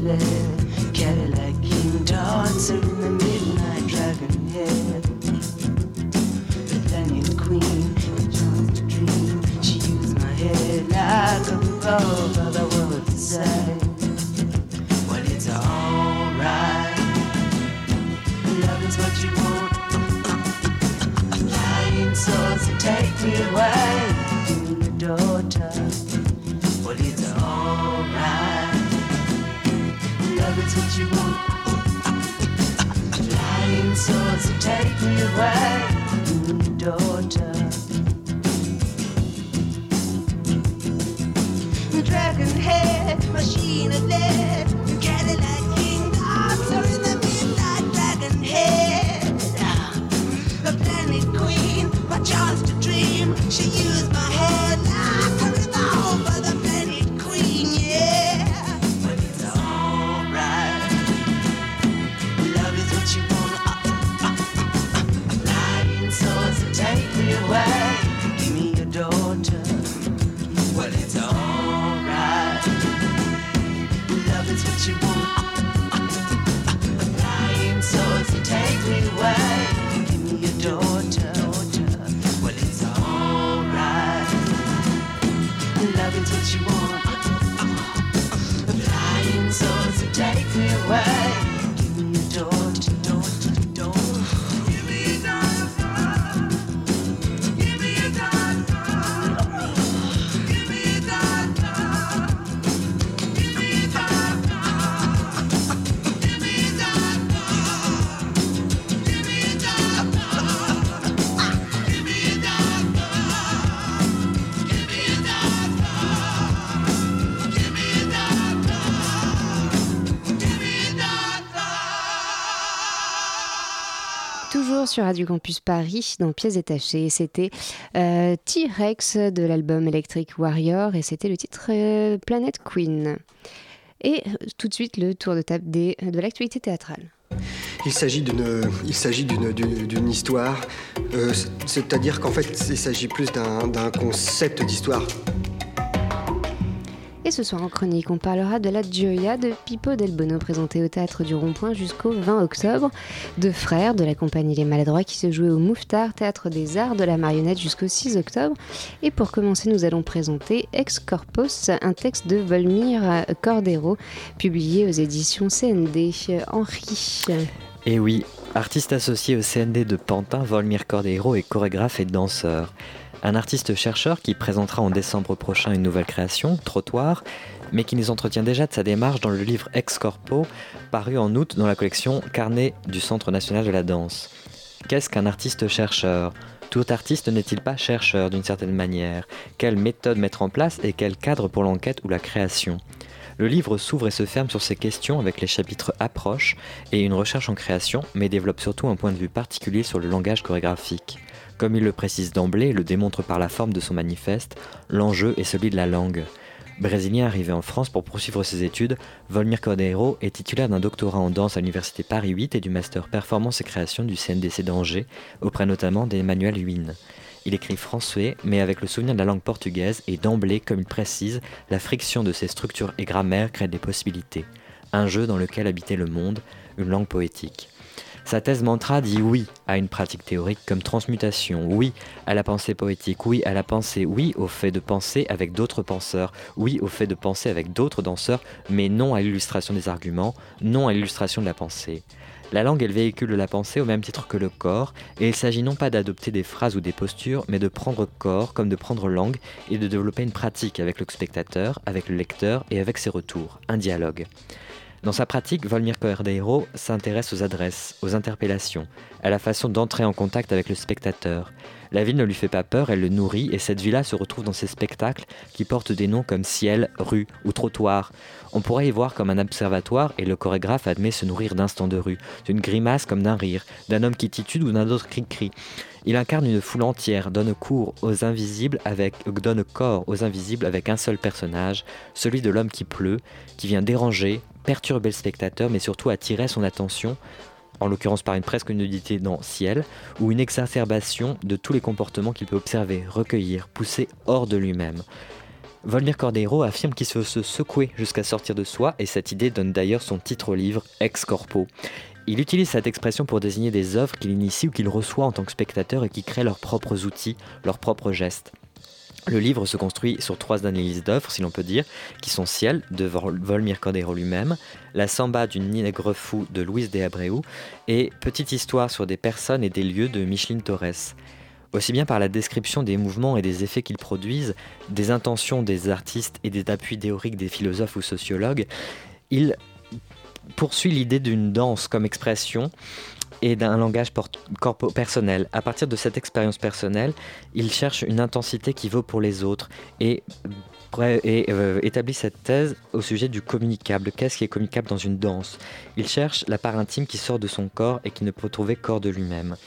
led. Cadillac King dancer in the midnight dragon head. The planet queen, the chance to dream. She used my head like a revolver, the world decide. Well, it's alright. Love is what you want. Flying souls to take me away. Give me your daughter. Well, it's alright. Love is what you want. Flying souls to take me away. Give me your daughter. Dragon head, machine of lead, Cadillac King dancer in the midnight dragon head. The planet queen, my chance to dream. She used my head like a revolver. The planet queen, yeah. But it's alright. Love is what you want. Uh, uh, uh, uh. Lying souls to take me away. Give me your daughter. Well, it's alright. Love is what you want. Lying souls to take me away. Give me your daughter. Well, it's alright. Love is what you want. Lying souls to take me away. Give me your daughter, daughter, daughter. Give me your daughter. Give me your daughter. Give me your daughter. Give me your daughter. Give me your daughter. Give me your daughter. Give me your daughter. Give me your daughter. Give me your daughter. Give me your daughter. Toujours sur Radio Campus Paris, dans Pièces détachées, c'était euh, T-Rex de l'album Electric Warrior et c'était le titre euh, Planet Queen. Et euh, tout de suite le tour de table des, de l'actualité théâtrale. Il s'agit d'une, il s'agit d'une, d'une, d'une histoire, euh, c'est-à-dire qu'en fait il s'agit plus d'un, d'un concept d'histoire. Et ce soir en chronique, on parlera de la Gioia de Pippo Del Bono, présentée au Théâtre du Rond-Point jusqu'au vingt octobre, de Frères de la compagnie Les Maladroits qui se jouait au Mouffetard, Théâtre des Arts de la Marionnette jusqu'au six octobre. Et pour commencer, nous allons présenter Ex Corpus, un texte de Volmir Cordero, publié aux éditions C N D. Henri. Et oui, artiste associé au C N D de Pantin, Volmir Cordero est chorégraphe et danseur. Un artiste-chercheur qui présentera en décembre prochain une nouvelle création, Trottoir, mais qui nous entretient déjà de sa démarche dans le livre Ex Corpo, paru en août dans la collection Carnet du Centre national de la danse. Qu'est-ce qu'un artiste-chercheur ? Tout artiste n'est-il pas chercheur d'une certaine manière ? Quelle méthode mettre en place et quel cadre pour l'enquête ou la création ? Le livre s'ouvre et se ferme sur ces questions avec les chapitres approche et une recherche en création, mais développe surtout un point de vue particulier sur le langage chorégraphique. Comme il le précise d'emblée et le démontre par la forme de son manifeste, l'enjeu est celui de la langue. Brésilien arrivé en France pour poursuivre ses études, Volmir Cordero est titulaire d'un doctorat en danse à l'Université Paris huit et du master Performance et Création du C N D C d'Angers, auprès notamment d'Emmanuel Huynh. Il écrit français, mais avec le souvenir de la langue portugaise et d'emblée, comme il précise, la friction de ses structures et grammaires crée des possibilités. Un jeu dans lequel habitait le monde, une langue poétique. Sa thèse mantra dit oui à une pratique théorique comme transmutation, oui à la pensée poétique, oui à la pensée, oui au fait de penser avec d'autres penseurs, oui au fait de penser avec d'autres danseurs, mais non à l'illustration des arguments, non à l'illustration de la pensée. La langue est le véhicule de la pensée au même titre que le corps, et il s'agit non pas d'adopter des phrases ou des postures, mais de prendre corps comme de prendre langue et de développer une pratique avec le spectateur, avec le lecteur et avec ses retours, un dialogue. Dans sa pratique, Volmir Cordero s'intéresse aux adresses, aux interpellations, à la façon d'entrer en contact avec le spectateur. La ville ne lui fait pas peur, elle le nourrit et cette vie-là se retrouve dans ses spectacles qui portent des noms comme ciel, rue ou trottoir. On pourrait y voir comme un observatoire et le chorégraphe admet se nourrir d'instants de rue, d'une grimace comme d'un rire, d'un homme qui titude ou d'un autre cri-cri. Il incarne une foule entière, donne cours aux invisibles avec, donne corps aux invisibles avec un seul personnage, celui de l'homme qui pleut, qui vient déranger, perturber le spectateur, mais surtout attirer son attention, en l'occurrence par une presque nudité dans Ciel, ou une exacerbation de tous les comportements qu'il peut observer, recueillir, pousser hors de lui-même. Volmir Cordeiro affirme qu'il se, se secouer jusqu'à sortir de soi, et cette idée donne d'ailleurs son titre au livre Ex Corpo. Il utilise cette expression pour désigner des œuvres qu'il initie ou qu'il reçoit en tant que spectateur et qui créent leurs propres outils, leurs propres gestes. Le livre se construit sur trois analyses d'œuvres, si l'on peut dire, qui sont Ciel, de Volmir Cordeiro lui-même, La Samba du Nègre Fou de Luis de Abreu et Petite histoire sur des personnes et des lieux de Micheline Torres. Aussi bien par la description des mouvements et des effets qu'ils produisent, des intentions des artistes et des appuis théoriques des philosophes ou sociologues, il poursuit l'idée d'une danse comme expression et d'un langage corpo- personnel. À partir de cette expérience personnelle, il cherche une intensité qui vaut pour les autres et, et euh, établit cette thèse au sujet du communicable. Qu'est-ce qui est communicable dans une danse ? Il cherche la part intime qui sort de son corps et qui ne peut trouver qu'hors de lui-même.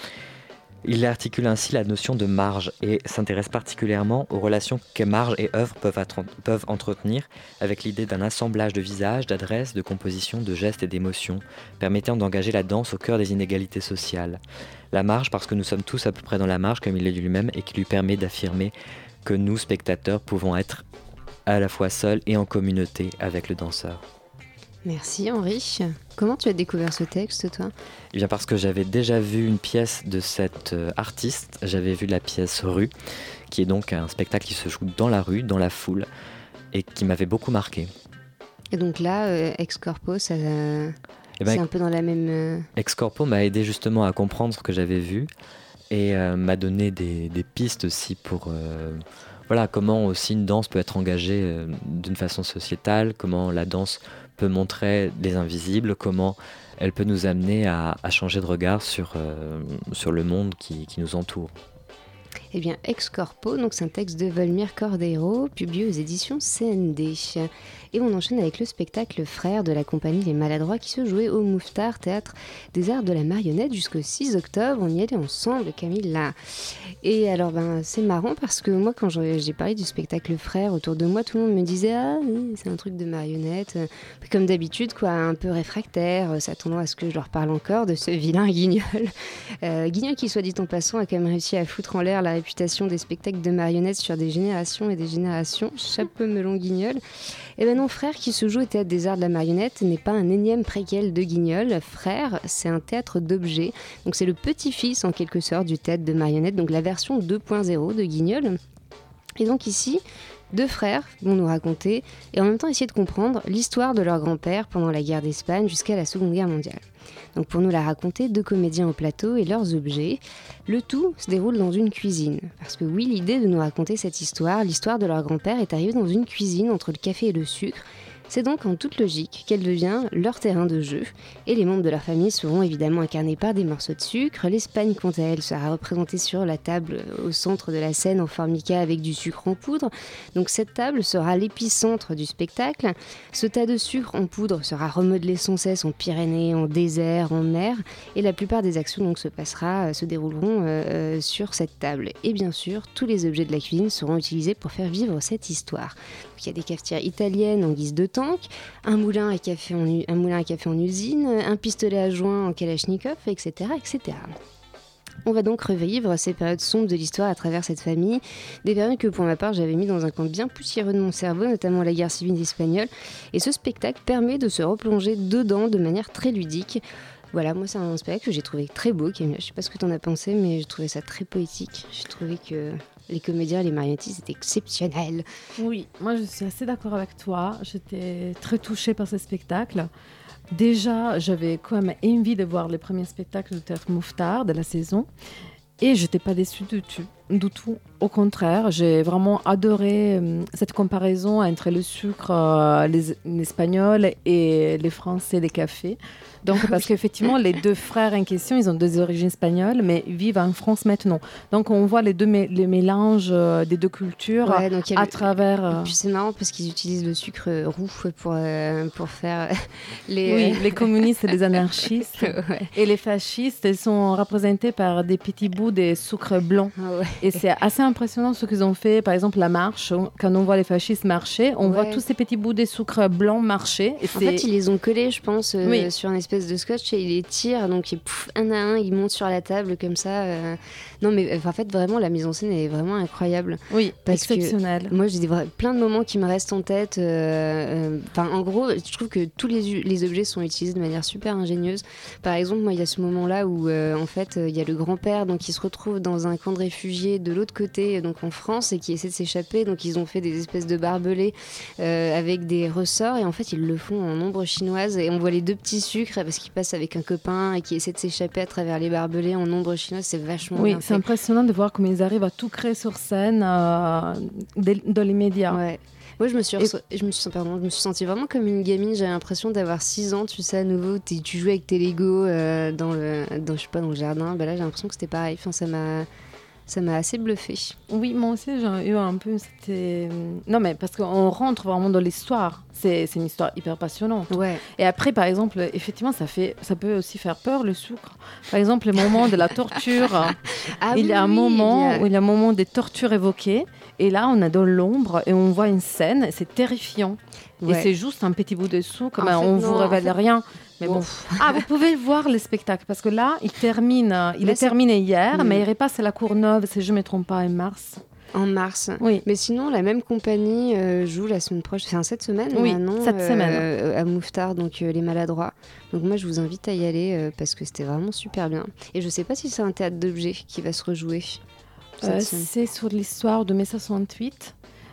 Il articule ainsi la notion de marge et s'intéresse particulièrement aux relations que marge et œuvre peuvent, attr- peuvent entretenir avec l'idée d'un assemblage de visages, d'adresses, de compositions, de gestes et d'émotions, permettant d'engager la danse au cœur des inégalités sociales. La marge parce que nous sommes tous à peu près dans la marge comme il l'est lui-même et qui lui permet d'affirmer que nous, spectateurs, pouvons être à la fois seuls et en communauté avec le danseur. Merci Henri. Comment tu as découvert ce texte, toi ? Eh bien parce que j'avais déjà vu une pièce de cet euh, artiste, j'avais vu la pièce Rue, qui est donc un spectacle qui se joue dans la rue, dans la foule, et qui m'avait beaucoup marqué. Et donc là, euh, Ex Corpo, ça, euh, eh ben, c'est un peu dans la même... Euh... Ex Corpo m'a aidé justement à comprendre ce que j'avais vu, et euh, m'a donné des, des pistes aussi pour... Euh, voilà, comment aussi une danse peut être engagée euh, d'une façon sociétale, comment la danse peut montrer les invisibles, comment elle peut nous amener à, à changer de regard sur, euh, sur le monde qui, qui nous entoure. Eh bien, Ex Corpo, donc c'est un texte de Volmir Cordeiro, publié aux éditions C N D. Et on enchaîne avec le spectacle Frères de la compagnie Les Maladroits qui se jouait au Mouffetard, théâtre des arts de la marionnette, jusqu'au six octobre. On y allait ensemble, Camilla. Et alors, ben, c'est marrant parce que moi, quand j'ai parlé du spectacle Frères autour de moi, tout le monde me disait « Ah, oui, c'est un truc de marionnette. » Comme d'habitude, quoi, un peu réfractaire, s'attendant à ce que je leur parle encore de ce vilain Guignol. Euh, Guignol qui, soit dit en passant, a quand même réussi à foutre en l'air la réputation des spectacles de marionnettes sur des générations et des générations. Chapeau melon Guignol. Et ben non, Frères qui se joue au théâtre des arts de la marionnette n'est pas un énième préquel de Guignol. Frères, c'est un théâtre d'objets. Donc c'est le petit-fils en quelque sorte du théâtre de marionnette, donc la version deux point zéro de Guignol. Et donc ici, deux frères vont nous raconter et en même temps essayer de comprendre l'histoire de leur grand-père pendant la guerre d'Espagne jusqu'à la Seconde Guerre mondiale. Donc pour nous la raconter, deux comédiens au plateau et leurs objets. Le tout se déroule dans une cuisine. Parce que oui, l'idée de nous raconter cette histoire, l'histoire de leur grand-père est arrivée dans une cuisine entre le café et le sucre. C'est donc en toute logique qu'elle devient leur terrain de jeu. Et les membres de leur famille seront évidemment incarnés par des morceaux de sucre. L'Espagne, quant à elle, sera représentée sur la table au centre de la scène en formica avec du sucre en poudre. Donc cette table sera l'épicentre du spectacle. Ce tas de sucre en poudre sera remodelé sans cesse en Pyrénées, en désert, en mer. Et la plupart des actions donc se, passera, se dérouleront euh, sur cette table. Et bien sûr, tous les objets de la cuisine seront utilisés pour faire vivre cette histoire. Donc, il y a des cafetières italiennes en guise de tank, un moulin à café en, un moulin à café en usine, un pistolet à joint en kalachnikov, et cetera, et cetera. On va donc revivre ces périodes sombres de l'histoire à travers cette famille, des périodes que pour ma part j'avais mis dans un coin bien poussiéreux de mon cerveau, notamment la guerre civile espagnole, et ce spectacle permet de se replonger dedans de manière très ludique. Voilà, moi c'est un spectacle que j'ai trouvé très beau, Camilla. Je sais pas ce que t'en as pensé, mais j'ai trouvé ça très poétique. J'ai trouvé que les comédiens, les marionnettistes étaient exceptionnels. Oui, moi je suis assez d'accord avec toi. J'étais très touchée par ce spectacle. Déjà, j'avais quand même envie de voir les premiers spectacles du théâtre Mouffetard de la saison. Et je n'étais pas déçue du tout, du tout. Au contraire, j'ai vraiment adoré euh, cette comparaison entre le sucre, euh, les, les Espagnols et les Français des cafés. Donc, parce qu'effectivement, les deux frères en question, ils ont deux origines espagnoles, mais ils vivent en France maintenant. Donc, on voit les deux mé- les mélanges euh, des deux cultures ouais, donc à le... travers... Euh... Et puis, c'est marrant parce qu'ils utilisent le sucre roux pour, euh, pour faire les... Oui, les communistes et les anarchistes. Ouais. Et les fascistes, ils sont représentés par des petits bouts de sucre blanc. Ah ouais. Et c'est assez impressionnant ce qu'ils ont fait. Par exemple, la marche, quand on voit les fascistes marcher, on Ouais. voit tous ces petits bouts de sucre blanc marcher. Et En c'est... fait, ils les ont collés, je pense, euh, Oui. sur une espèce de scotch et ils les tirent. Donc, ils, pouf, un à un, ils montent sur la table comme ça. euh. Non, mais euh, en fait, vraiment, la mise en scène est vraiment incroyable. Oui, Parce que exceptionnel. Moi, j'ai des vra- plein de moments qui me restent en tête. euh, euh, Enfin, en gros, je trouve que tous les, u- les objets sont utilisés de manière super ingénieuse. Par exemple, moi, il y a ce moment-là où, euh, en fait, euh, il y a le grand-père donc, qui se retrouve dans un camp de réfugiés de l'autre côté, donc en France, et qui essaie de s'échapper. Donc, ils ont fait des espèces de barbelés euh, avec des ressorts. Et en fait, ils le font en ombre chinoise. Et on voit les deux petits sucres parce qu'ils passent avec un copain et qui essaie de s'échapper à travers les barbelés en ombre chinoise. C'est vachement Oui, bien c'est fait. impressionnant de voir comment ils arrivent à tout créer sur scène euh, dès- dans l'immédiat. Ouais. Moi, je me suis, Et- reço- je me suis, pardon, je me suis sentie vraiment comme une gamine. J'avais l'impression d'avoir six ans, tu sais, à nouveau. T'es- Tu joues avec tes Lego euh, dans le, dans, je sais pas, dans le jardin. Bah là, j'ai l'impression que c'était pareil. Enfin, ça m'a, ça m'a assez bluffé. Oui, moi aussi, j'ai eu un peu. C'était... Non, mais parce qu'on rentre vraiment dans l'histoire. C'est, c'est une histoire hyper passionnante. Ouais. Et après, par exemple, effectivement, ça, fait, ça peut aussi faire peur, le sucre. Par exemple, le moment de la torture. Ah il oui, y a un oui, moment il y a- où il y a un moment des tortures évoquées. Et là, on est dans l'ombre et on voit une scène. Et c'est terrifiant. Ouais. Et c'est juste un petit bout de sucre. En Ben, fait, on non, vous en révèle fait- rien. Mais Bon. bon. Ah, vous pouvez voir le spectacle. Parce que là, il termine. Il Là, est c'est- terminé hier, Mm. mais il repasse à la Courneuve, si je ne me trompe pas, en mars. En mars. Oui. Mais sinon, la même compagnie euh, joue la semaine prochaine, enfin cette semaine, Oui, maintenant, cette euh, semaine. euh, à Mouffetard, donc euh, les Maladroits. Donc moi, je vous invite à y aller euh, parce que c'était vraiment super bien. Et je sais pas si c'est un théâtre d'objets qui va se rejouer. cette Euh, semaine. c'est sur l'histoire de mai soixante-huit.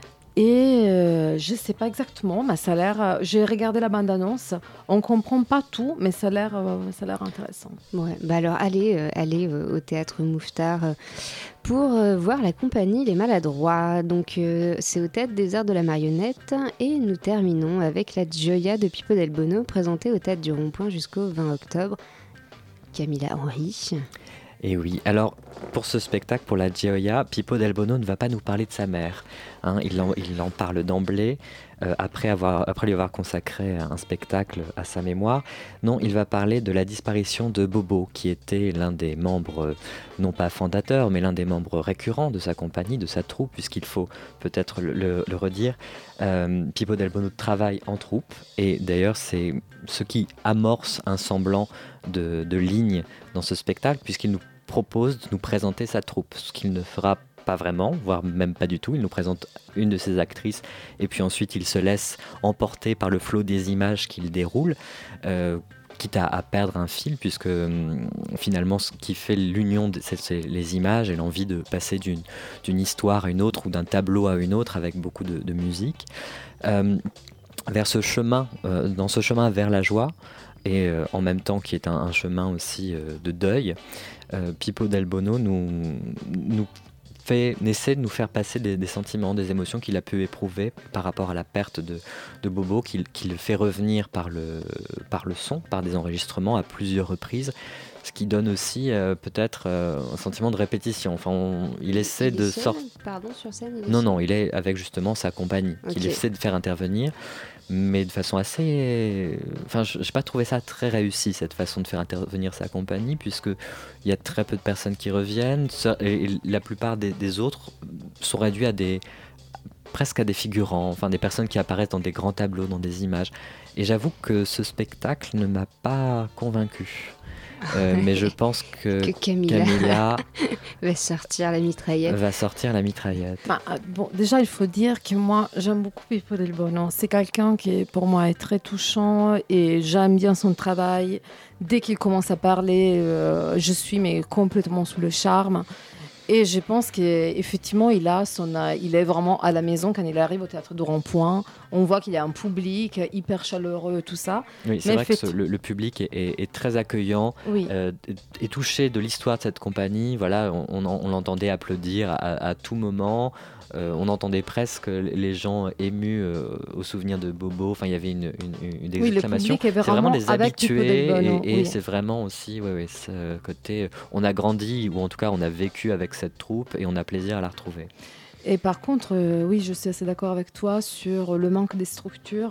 Et euh, je ne sais pas exactement, mais ça a l'air. euh, j'ai regardé la bande-annonce. On ne comprend pas tout, mais ça a l'air, euh, ça a l'air intéressant. Ouais, bah alors allez, euh, allez euh, au théâtre Mouffetard euh, pour euh, voir la compagnie Les Maladroits. Donc euh, c'est au théâtre des Arts de la Marionnette et nous terminons avec la Gioia de Pippo Del Bono présentée au théâtre du Rond-Point jusqu'au vingt octobre. Camilla Henry. Et oui, alors pour ce spectacle, pour la Gioia, Pippo Del Bono ne va pas nous parler de sa mère. Hein, il, en, il en parle d'emblée, euh, après, avoir, après lui avoir consacré un spectacle à sa mémoire. Non, il va parler de la disparition de Bobo, qui était l'un des membres, euh, non pas fondateurs, mais l'un des membres récurrents de sa compagnie, de sa troupe, puisqu'il faut peut-être le, le, le redire. Euh, Pippo Del Bono travaille en troupe, et d'ailleurs c'est ce qui amorce un semblant de, de ligne dans ce spectacle, puisqu'il nous propose de nous présenter sa troupe, ce qu'il ne fera pas vraiment, voire même pas du tout. Il nous présente une de ses actrices et puis ensuite il se laisse emporter par le flot des images qu'il déroule, euh, quitte à, à perdre un fil, puisque hum, finalement ce qui fait l'union, de, c'est, c'est les images et l'envie de passer d'une, d'une histoire à une autre ou d'un tableau à une autre avec beaucoup de, de musique. Euh, vers ce chemin, euh, dans ce chemin vers la joie, et euh, en même temps qui est un, un chemin aussi euh, de deuil, euh, Pippo Del Bono nous, nous fait, essaie de nous faire passer des, des sentiments, des émotions qu'il a pu éprouver par rapport à la perte de, de Bobo, qu'il, qu'il fait revenir par le, par le son, par des enregistrements à plusieurs reprises, ce qui donne aussi euh, peut-être euh, un sentiment de répétition. Enfin, on- il essaie Il est de seul, sortir... Pardon, sur scène il est Non, seul non, il est avec justement sa compagnie, qu'il Ok. essaie de faire intervenir, mais de façon assez... Enfin, je n'ai pas trouvé ça très réussi, cette façon de faire intervenir sa compagnie, puisqu'il y a très peu de personnes qui reviennent, ça- et, et la plupart des, des autres sont réduits à des... presque à des figurants, enfin des personnes qui apparaissent dans des grands tableaux, dans des images. Et j'avoue que ce spectacle ne m'a pas convaincu. Euh, mais je pense que, Que Camilla. Camilla va sortir la mitraillette. va sortir la mitraillette. Bah, euh, bon, déjà, il faut dire que moi, j'aime beaucoup Pippo Del Bono. C'est quelqu'un qui, pour moi, est très touchant et j'aime bien son travail. Dès qu'il commence à parler, euh, je suis mais complètement sous le charme. Et je pense qu'effectivement, il, a son, euh, il est vraiment à la maison quand il arrive au théâtre du Rond-Point. On voit qu'il y a un public hyper chaleureux, tout ça. Oui, c'est Mais vrai que effecti- ce- le, le public est, est- est très accueillant, Oui. euh, est touché de l'histoire de cette compagnie. Voilà, on, on, en- on l'entendait applaudir à, à tout moment. Euh, on entendait presque les gens émus euh, au souvenir de Bobo. Enfin, il y avait une, une, une des Oui, le exclamations. public est C'est vraiment vraiment des avec Pippo habitués Del Bono, et, et oui. c'est vraiment aussi ouais, ouais, ce côté. euh, On a grandi ou en tout cas on a vécu avec cette troupe et on a plaisir à la retrouver. Et par contre, euh, oui, je suis assez d'accord avec toi sur le manque des structures.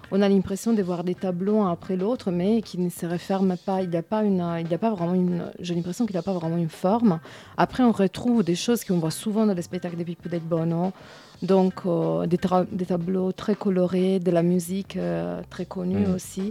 on a l'impression de voir des tableaux un après l'autre, mais qui ne se referment pas. Il n'y a pas une, il n'y a pas vraiment une, j'ai l'impression qu'il n'y a pas vraiment une forme. Après, on retrouve des choses qu'on voit souvent dans les spectacles de Pippo del Bono, donc euh, des, tra- des tableaux très colorés, de la musique euh, très connue mmh. aussi.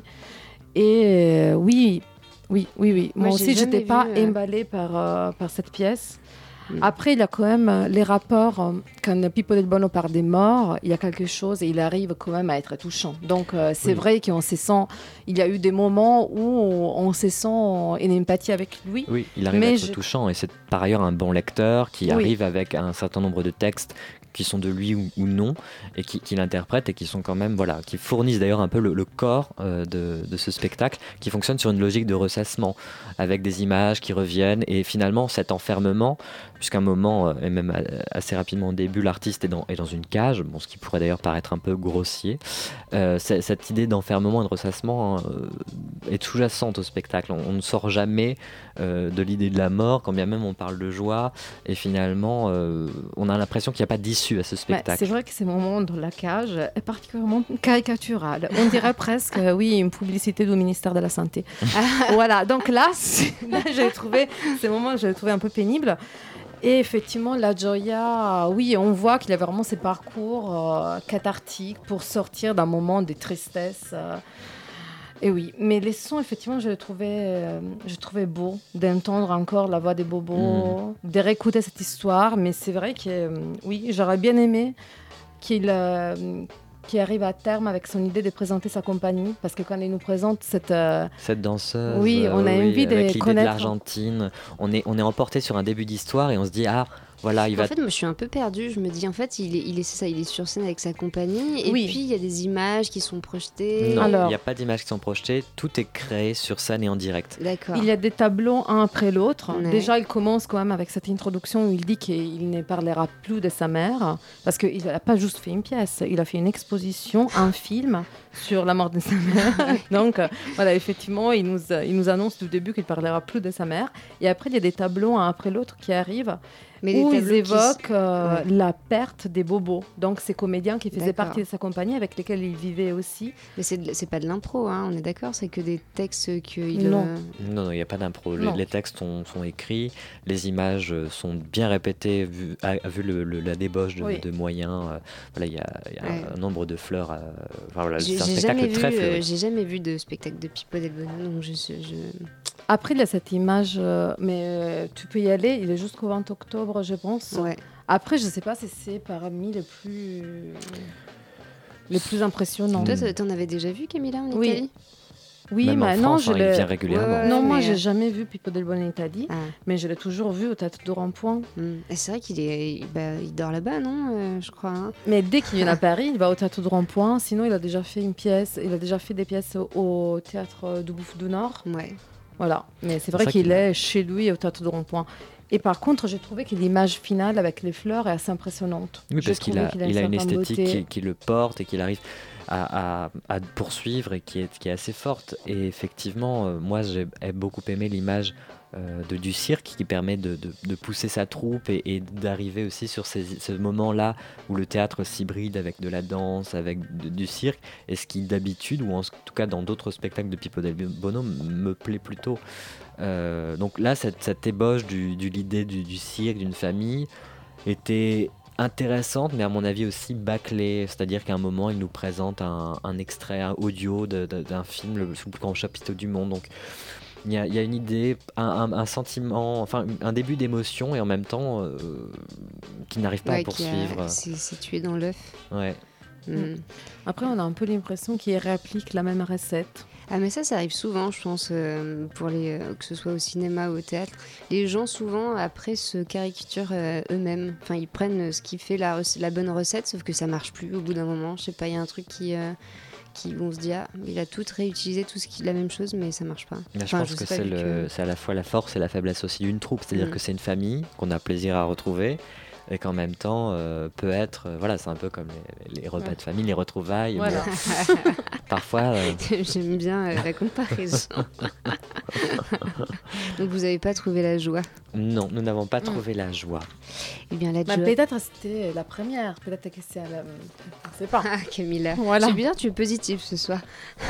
Et euh, oui, oui, oui, oui. Moi, Moi aussi, je n'étais pas euh... emballée par, euh, par cette pièce. Mmh. Après, il y a quand même les rapports. Euh, quand Pippo del Bono parle des morts, il y a quelque chose et il arrive quand même à être touchant. Donc, euh, c'est oui. vrai qu'on se sent. Il y a eu des moments où on, on se sent une empathie avec lui. Oui, il arrive à être je... touchant et c'est par ailleurs un bon lecteur qui oui. arrive avec un certain nombre de textes qui sont de lui ou, ou non, et qui, qui l'interprètent et qui sont quand même, voilà, qui fournissent d'ailleurs un peu le, le corps euh, de, de ce spectacle, qui fonctionne sur une logique de ressassement, avec des images qui reviennent, et finalement cet enfermement, puisqu'à un moment, euh, et même assez rapidement au début, l'artiste est dans, est dans une cage, bon, ce qui pourrait d'ailleurs paraître un peu grossier, euh, cette idée d'enfermement et de ressassement euh, est sous-jacente au spectacle. On, on ne sort jamais euh, de l'idée de la mort, quand bien même on parle de joie, et finalement, euh, on a l'impression qu'il n'y a pas d'issue à ce spectacle. Bah, c'est vrai que ce moment dans la cage est particulièrement caricatural. On dirait presque, euh, oui, une publicité du ministère de la Santé. Voilà, donc là, là j'ai trouvé, ces moments, j'ai trouvé un peu pénible. Et effectivement, la Gioia, oui, on voit qu'il a vraiment ses parcours euh, cathartiques pour sortir d'un moment de tristesse. Euh, Et oui, mais les sons, effectivement, je trouvais, euh, je trouvais beau d'entendre encore la voix des bobos, mmh. de réécouter cette histoire. Mais c'est vrai que, euh, oui, j'aurais bien aimé qu'il, euh, qu'il arrive à terme avec son idée de présenter sa compagnie. Parce que quand il nous présente cette... Euh, cette danseuse, oui, on a euh, envie oui, de avec l'idée connaître... de l'Argentine. On est, on est emporté sur un début d'histoire et on se dit, ah... Voilà, il en va... fait, moi, je suis un peu perdue. Je me dis, en fait, il est, il est, c'est ça, il est sur scène avec sa compagnie. Et oui. puis, il y a des images qui sont projetées. Non, Alors... il n'y a pas d'images qui sont projetées. Tout est créé sur scène et en direct. D'accord. Il y a des tableaux un après l'autre. Ouais. Déjà, il commence quand même avec cette introduction où il dit qu'il ne parlera plus de sa mère. Parce qu'il n'a pas juste fait une pièce. Il a fait une exposition, un film sur la mort de sa mère. Donc, euh, voilà, effectivement, il nous, il nous annonce du début qu'il ne parlera plus de sa mère. Et après, il y a des tableaux un après l'autre qui arrivent. Mais où ils évoquent euh, ouais. la perte des bobos. Donc, ces comédiens qui faisaient d'accord. partie de sa compagnie, avec lesquels il vivait aussi. Mais c'est, de, c'est pas de l'impro, hein, on est d'accord. C'est que des textes qu'il... Non, non, non, il n'y a pas d'impro. Les, les textes sont, sont écrits, les images sont bien répétées, vu, à, vu le, le, la débauche de, oui. de moyens. Euh, voilà, il y a, y a ouais. un, un nombre de fleurs. À, enfin, voilà, j'ai, c'est un j'ai spectacle jamais très vu, fleuri. Euh, j'ai jamais vu de spectacle de Pippo del Bono, donc je... je... Après, il y a cette image, euh, mais euh, tu peux y aller, il est jusqu'au vingt octobre, je pense. Ouais. Après, je ne sais pas si c'est parmi les plus, les plus impressionnants. Toi, tu en avais déjà vu, Camilla, en oui. Italie ? Oui, Même mais en non, France, je hein, l'ai... il vient régulièrement. Ouais, ouais, non, moi, mais... je n'ai jamais vu Pippo del Bono en Italie, ah. mais je l'ai toujours vu au Théâtre de Rond-Point. Mm. Et c'est vrai qu'il est... bah, il dort là-bas, non euh, je crois. Hein. Mais dès qu'il vient à Paris, il va au Théâtre de Rond-Point. Sinon, il a déjà fait une pièce, il a déjà fait des pièces au, au Théâtre du Bouffe du Nord. Ouais. Voilà, mais c'est vrai c'est qu'il qu'il est chez lui au Théâtre de Rond-Point. Et par contre, j'ai trouvé que l'image finale avec les fleurs est assez impressionnante. Oui, parce qu'il a, qu'il a il une, a une esthétique qui, beauté. qui le porte et qu'il arrive à, à, à poursuivre et qui est, qui est assez forte. Et effectivement, euh, moi, j'ai beaucoup aimé l'image euh, de, du cirque qui permet de, de, de pousser sa troupe et, et d'arriver aussi sur ces, ce moment-là où le théâtre s'hybride avec de la danse, avec de, du cirque. Et ce qui, d'habitude, ou en tout cas dans d'autres spectacles de Pippo del Bono, me plaît plutôt. Euh, donc là, cette, cette ébauche du, du l'idée du, du cirque, d'une famille, était intéressante, mais à mon avis aussi bâclée. C'est-à-dire qu'à un moment, il nous présente un, un extrait un audio de, de, d'un film, le plus grand chapiteau du monde. Donc il y a, il y a une idée, un, un, un sentiment, enfin un début d'émotion et en même temps euh, qui n'arrive pas ouais, à poursuivre. A, c'est, c'est tué dans l'œuf. Ouais. Mm. Après, on a un peu l'impression qu'il réapplique la même recette. Ah mais ça, ça arrive souvent, je pense, euh, pour les, euh, que ce soit au cinéma ou au théâtre. Les gens, souvent, après, se caricaturent euh, eux-mêmes. Enfin, ils prennent ce qui fait la, rec- la bonne recette, sauf que ça marche plus au bout d'un moment. Je sais pas, il y a un truc qui... Euh, qui on se dit, ah, il a tout réutilisé, tout ce qui, la même chose, mais ça marche pas. Là, enfin, je pense je que c'est, le, que c'est à la fois la force et la faiblesse aussi d'une troupe. C'est-à-dire mm. que c'est une famille qu'on a plaisir à retrouver. Et qu'en même temps euh, peut être, euh, voilà, c'est un peu comme les, les repas ouais. de famille, les retrouvailles. Voilà. Parfois. Euh... J'aime bien euh, la comparaison. Donc vous n'avez pas trouvé la joie? Non, nous n'avons pas trouvé la joie. Eh bien, la Bah, joie... peut-être c'était la première. Peut-être que c'est la... Je ne sais pas. Ah, Camilla. Voilà. C'est bien, tu es positive ce soir.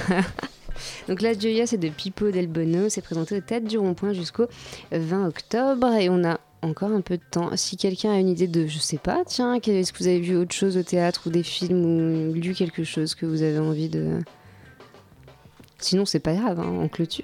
Donc La Gioia, c'est de Pippo Del Bono. C'est présenté au Théâtre du Rond-Point jusqu'au vingt octobre. Et on a encore un peu de temps. Si quelqu'un a une idée de, je sais pas, tiens, est-ce que vous avez vu autre chose au théâtre ou des films ou lu quelque chose que vous avez envie de... Sinon, c'est pas grave, hein, en clôture.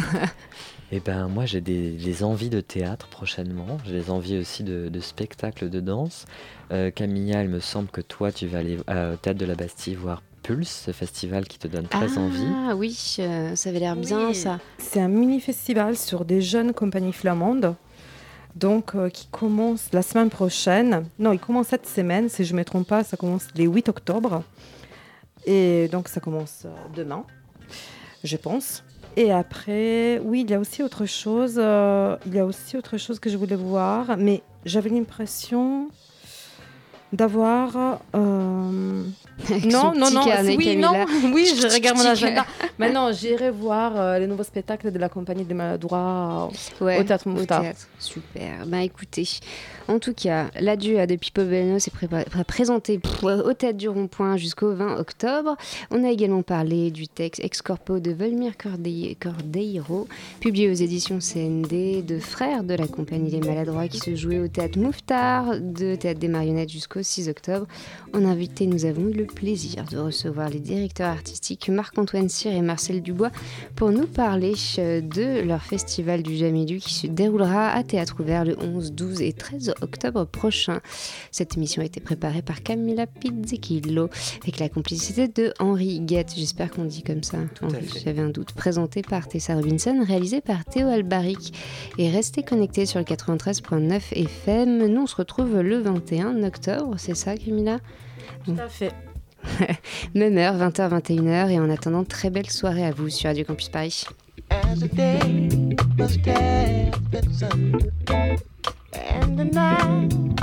Eh ben, moi, j'ai des, des envies de théâtre prochainement. J'ai des envies aussi de, de spectacles de danse. Euh, Camilla, il me semble que toi, tu vas aller euh, au Théâtre de la Bastille voir Pulse, ce festival qui te donne très ah, envie. Ah oui, euh, ça avait l'air bien, Oui. ça. C'est un mini-festival sur des jeunes compagnies flamandes. Donc, euh, qui commence la semaine prochaine. Non, il commence cette semaine, si je ne me trompe pas, ça commence le huit octobre. Et donc, ça commence euh, demain, je pense. Et après, oui, il y a aussi autre chose. Euh, il y a aussi autre chose que je voulais voir, mais j'avais l'impression d'avoir... Euh... Non, non, non, carnet, oui, non, oui, je regarde mon Petit agenda. Maintenant, j'irai voir euh, les nouveaux spectacles de la Compagnie des Maladroits ouais, au Théâtre au Mouffetard. théâtre. Super. Bah écoutez, en tout cas, l'adieu à de Pippo Del c'est pré- pré- présenté pff, au Théâtre du Rond-Point jusqu'au vingt octobre. On a également parlé du texte Ex Corpo de Volmir Corde- Cordeiro, publié aux éditions C N D, de Frères de la Compagnie des Maladroits qui se jouait au Théâtre Mouffetard, de Théâtre des Marionnettes jusqu'au six octobre. En invité, nous avons eu le plaisir de recevoir les directeurs artistiques Marc-Antoine Cyr et Marcel Dubois pour nous parler de leur festival du Jamais Lu qui se déroulera à Théâtre Ouvert le onze, douze et treize octobre prochain. Cette émission a été préparée par Camilla Pizzichillo avec la complicité de Henri Guette, j'espère qu'on dit comme ça, Henri, j'avais un doute, présentée par Tessa Robinson, réalisée par Théo Albaric. Et restez connectés sur le quatre-vingt-treize neuf F M. Nous on se retrouve le vingt et un octobre, c'est ça Camilla? Tout à fait. Même heure, vingt heures, vingt et une heures. Et en attendant, très belle soirée à vous sur Radio Campus Paris. As the day must have been sun, and the night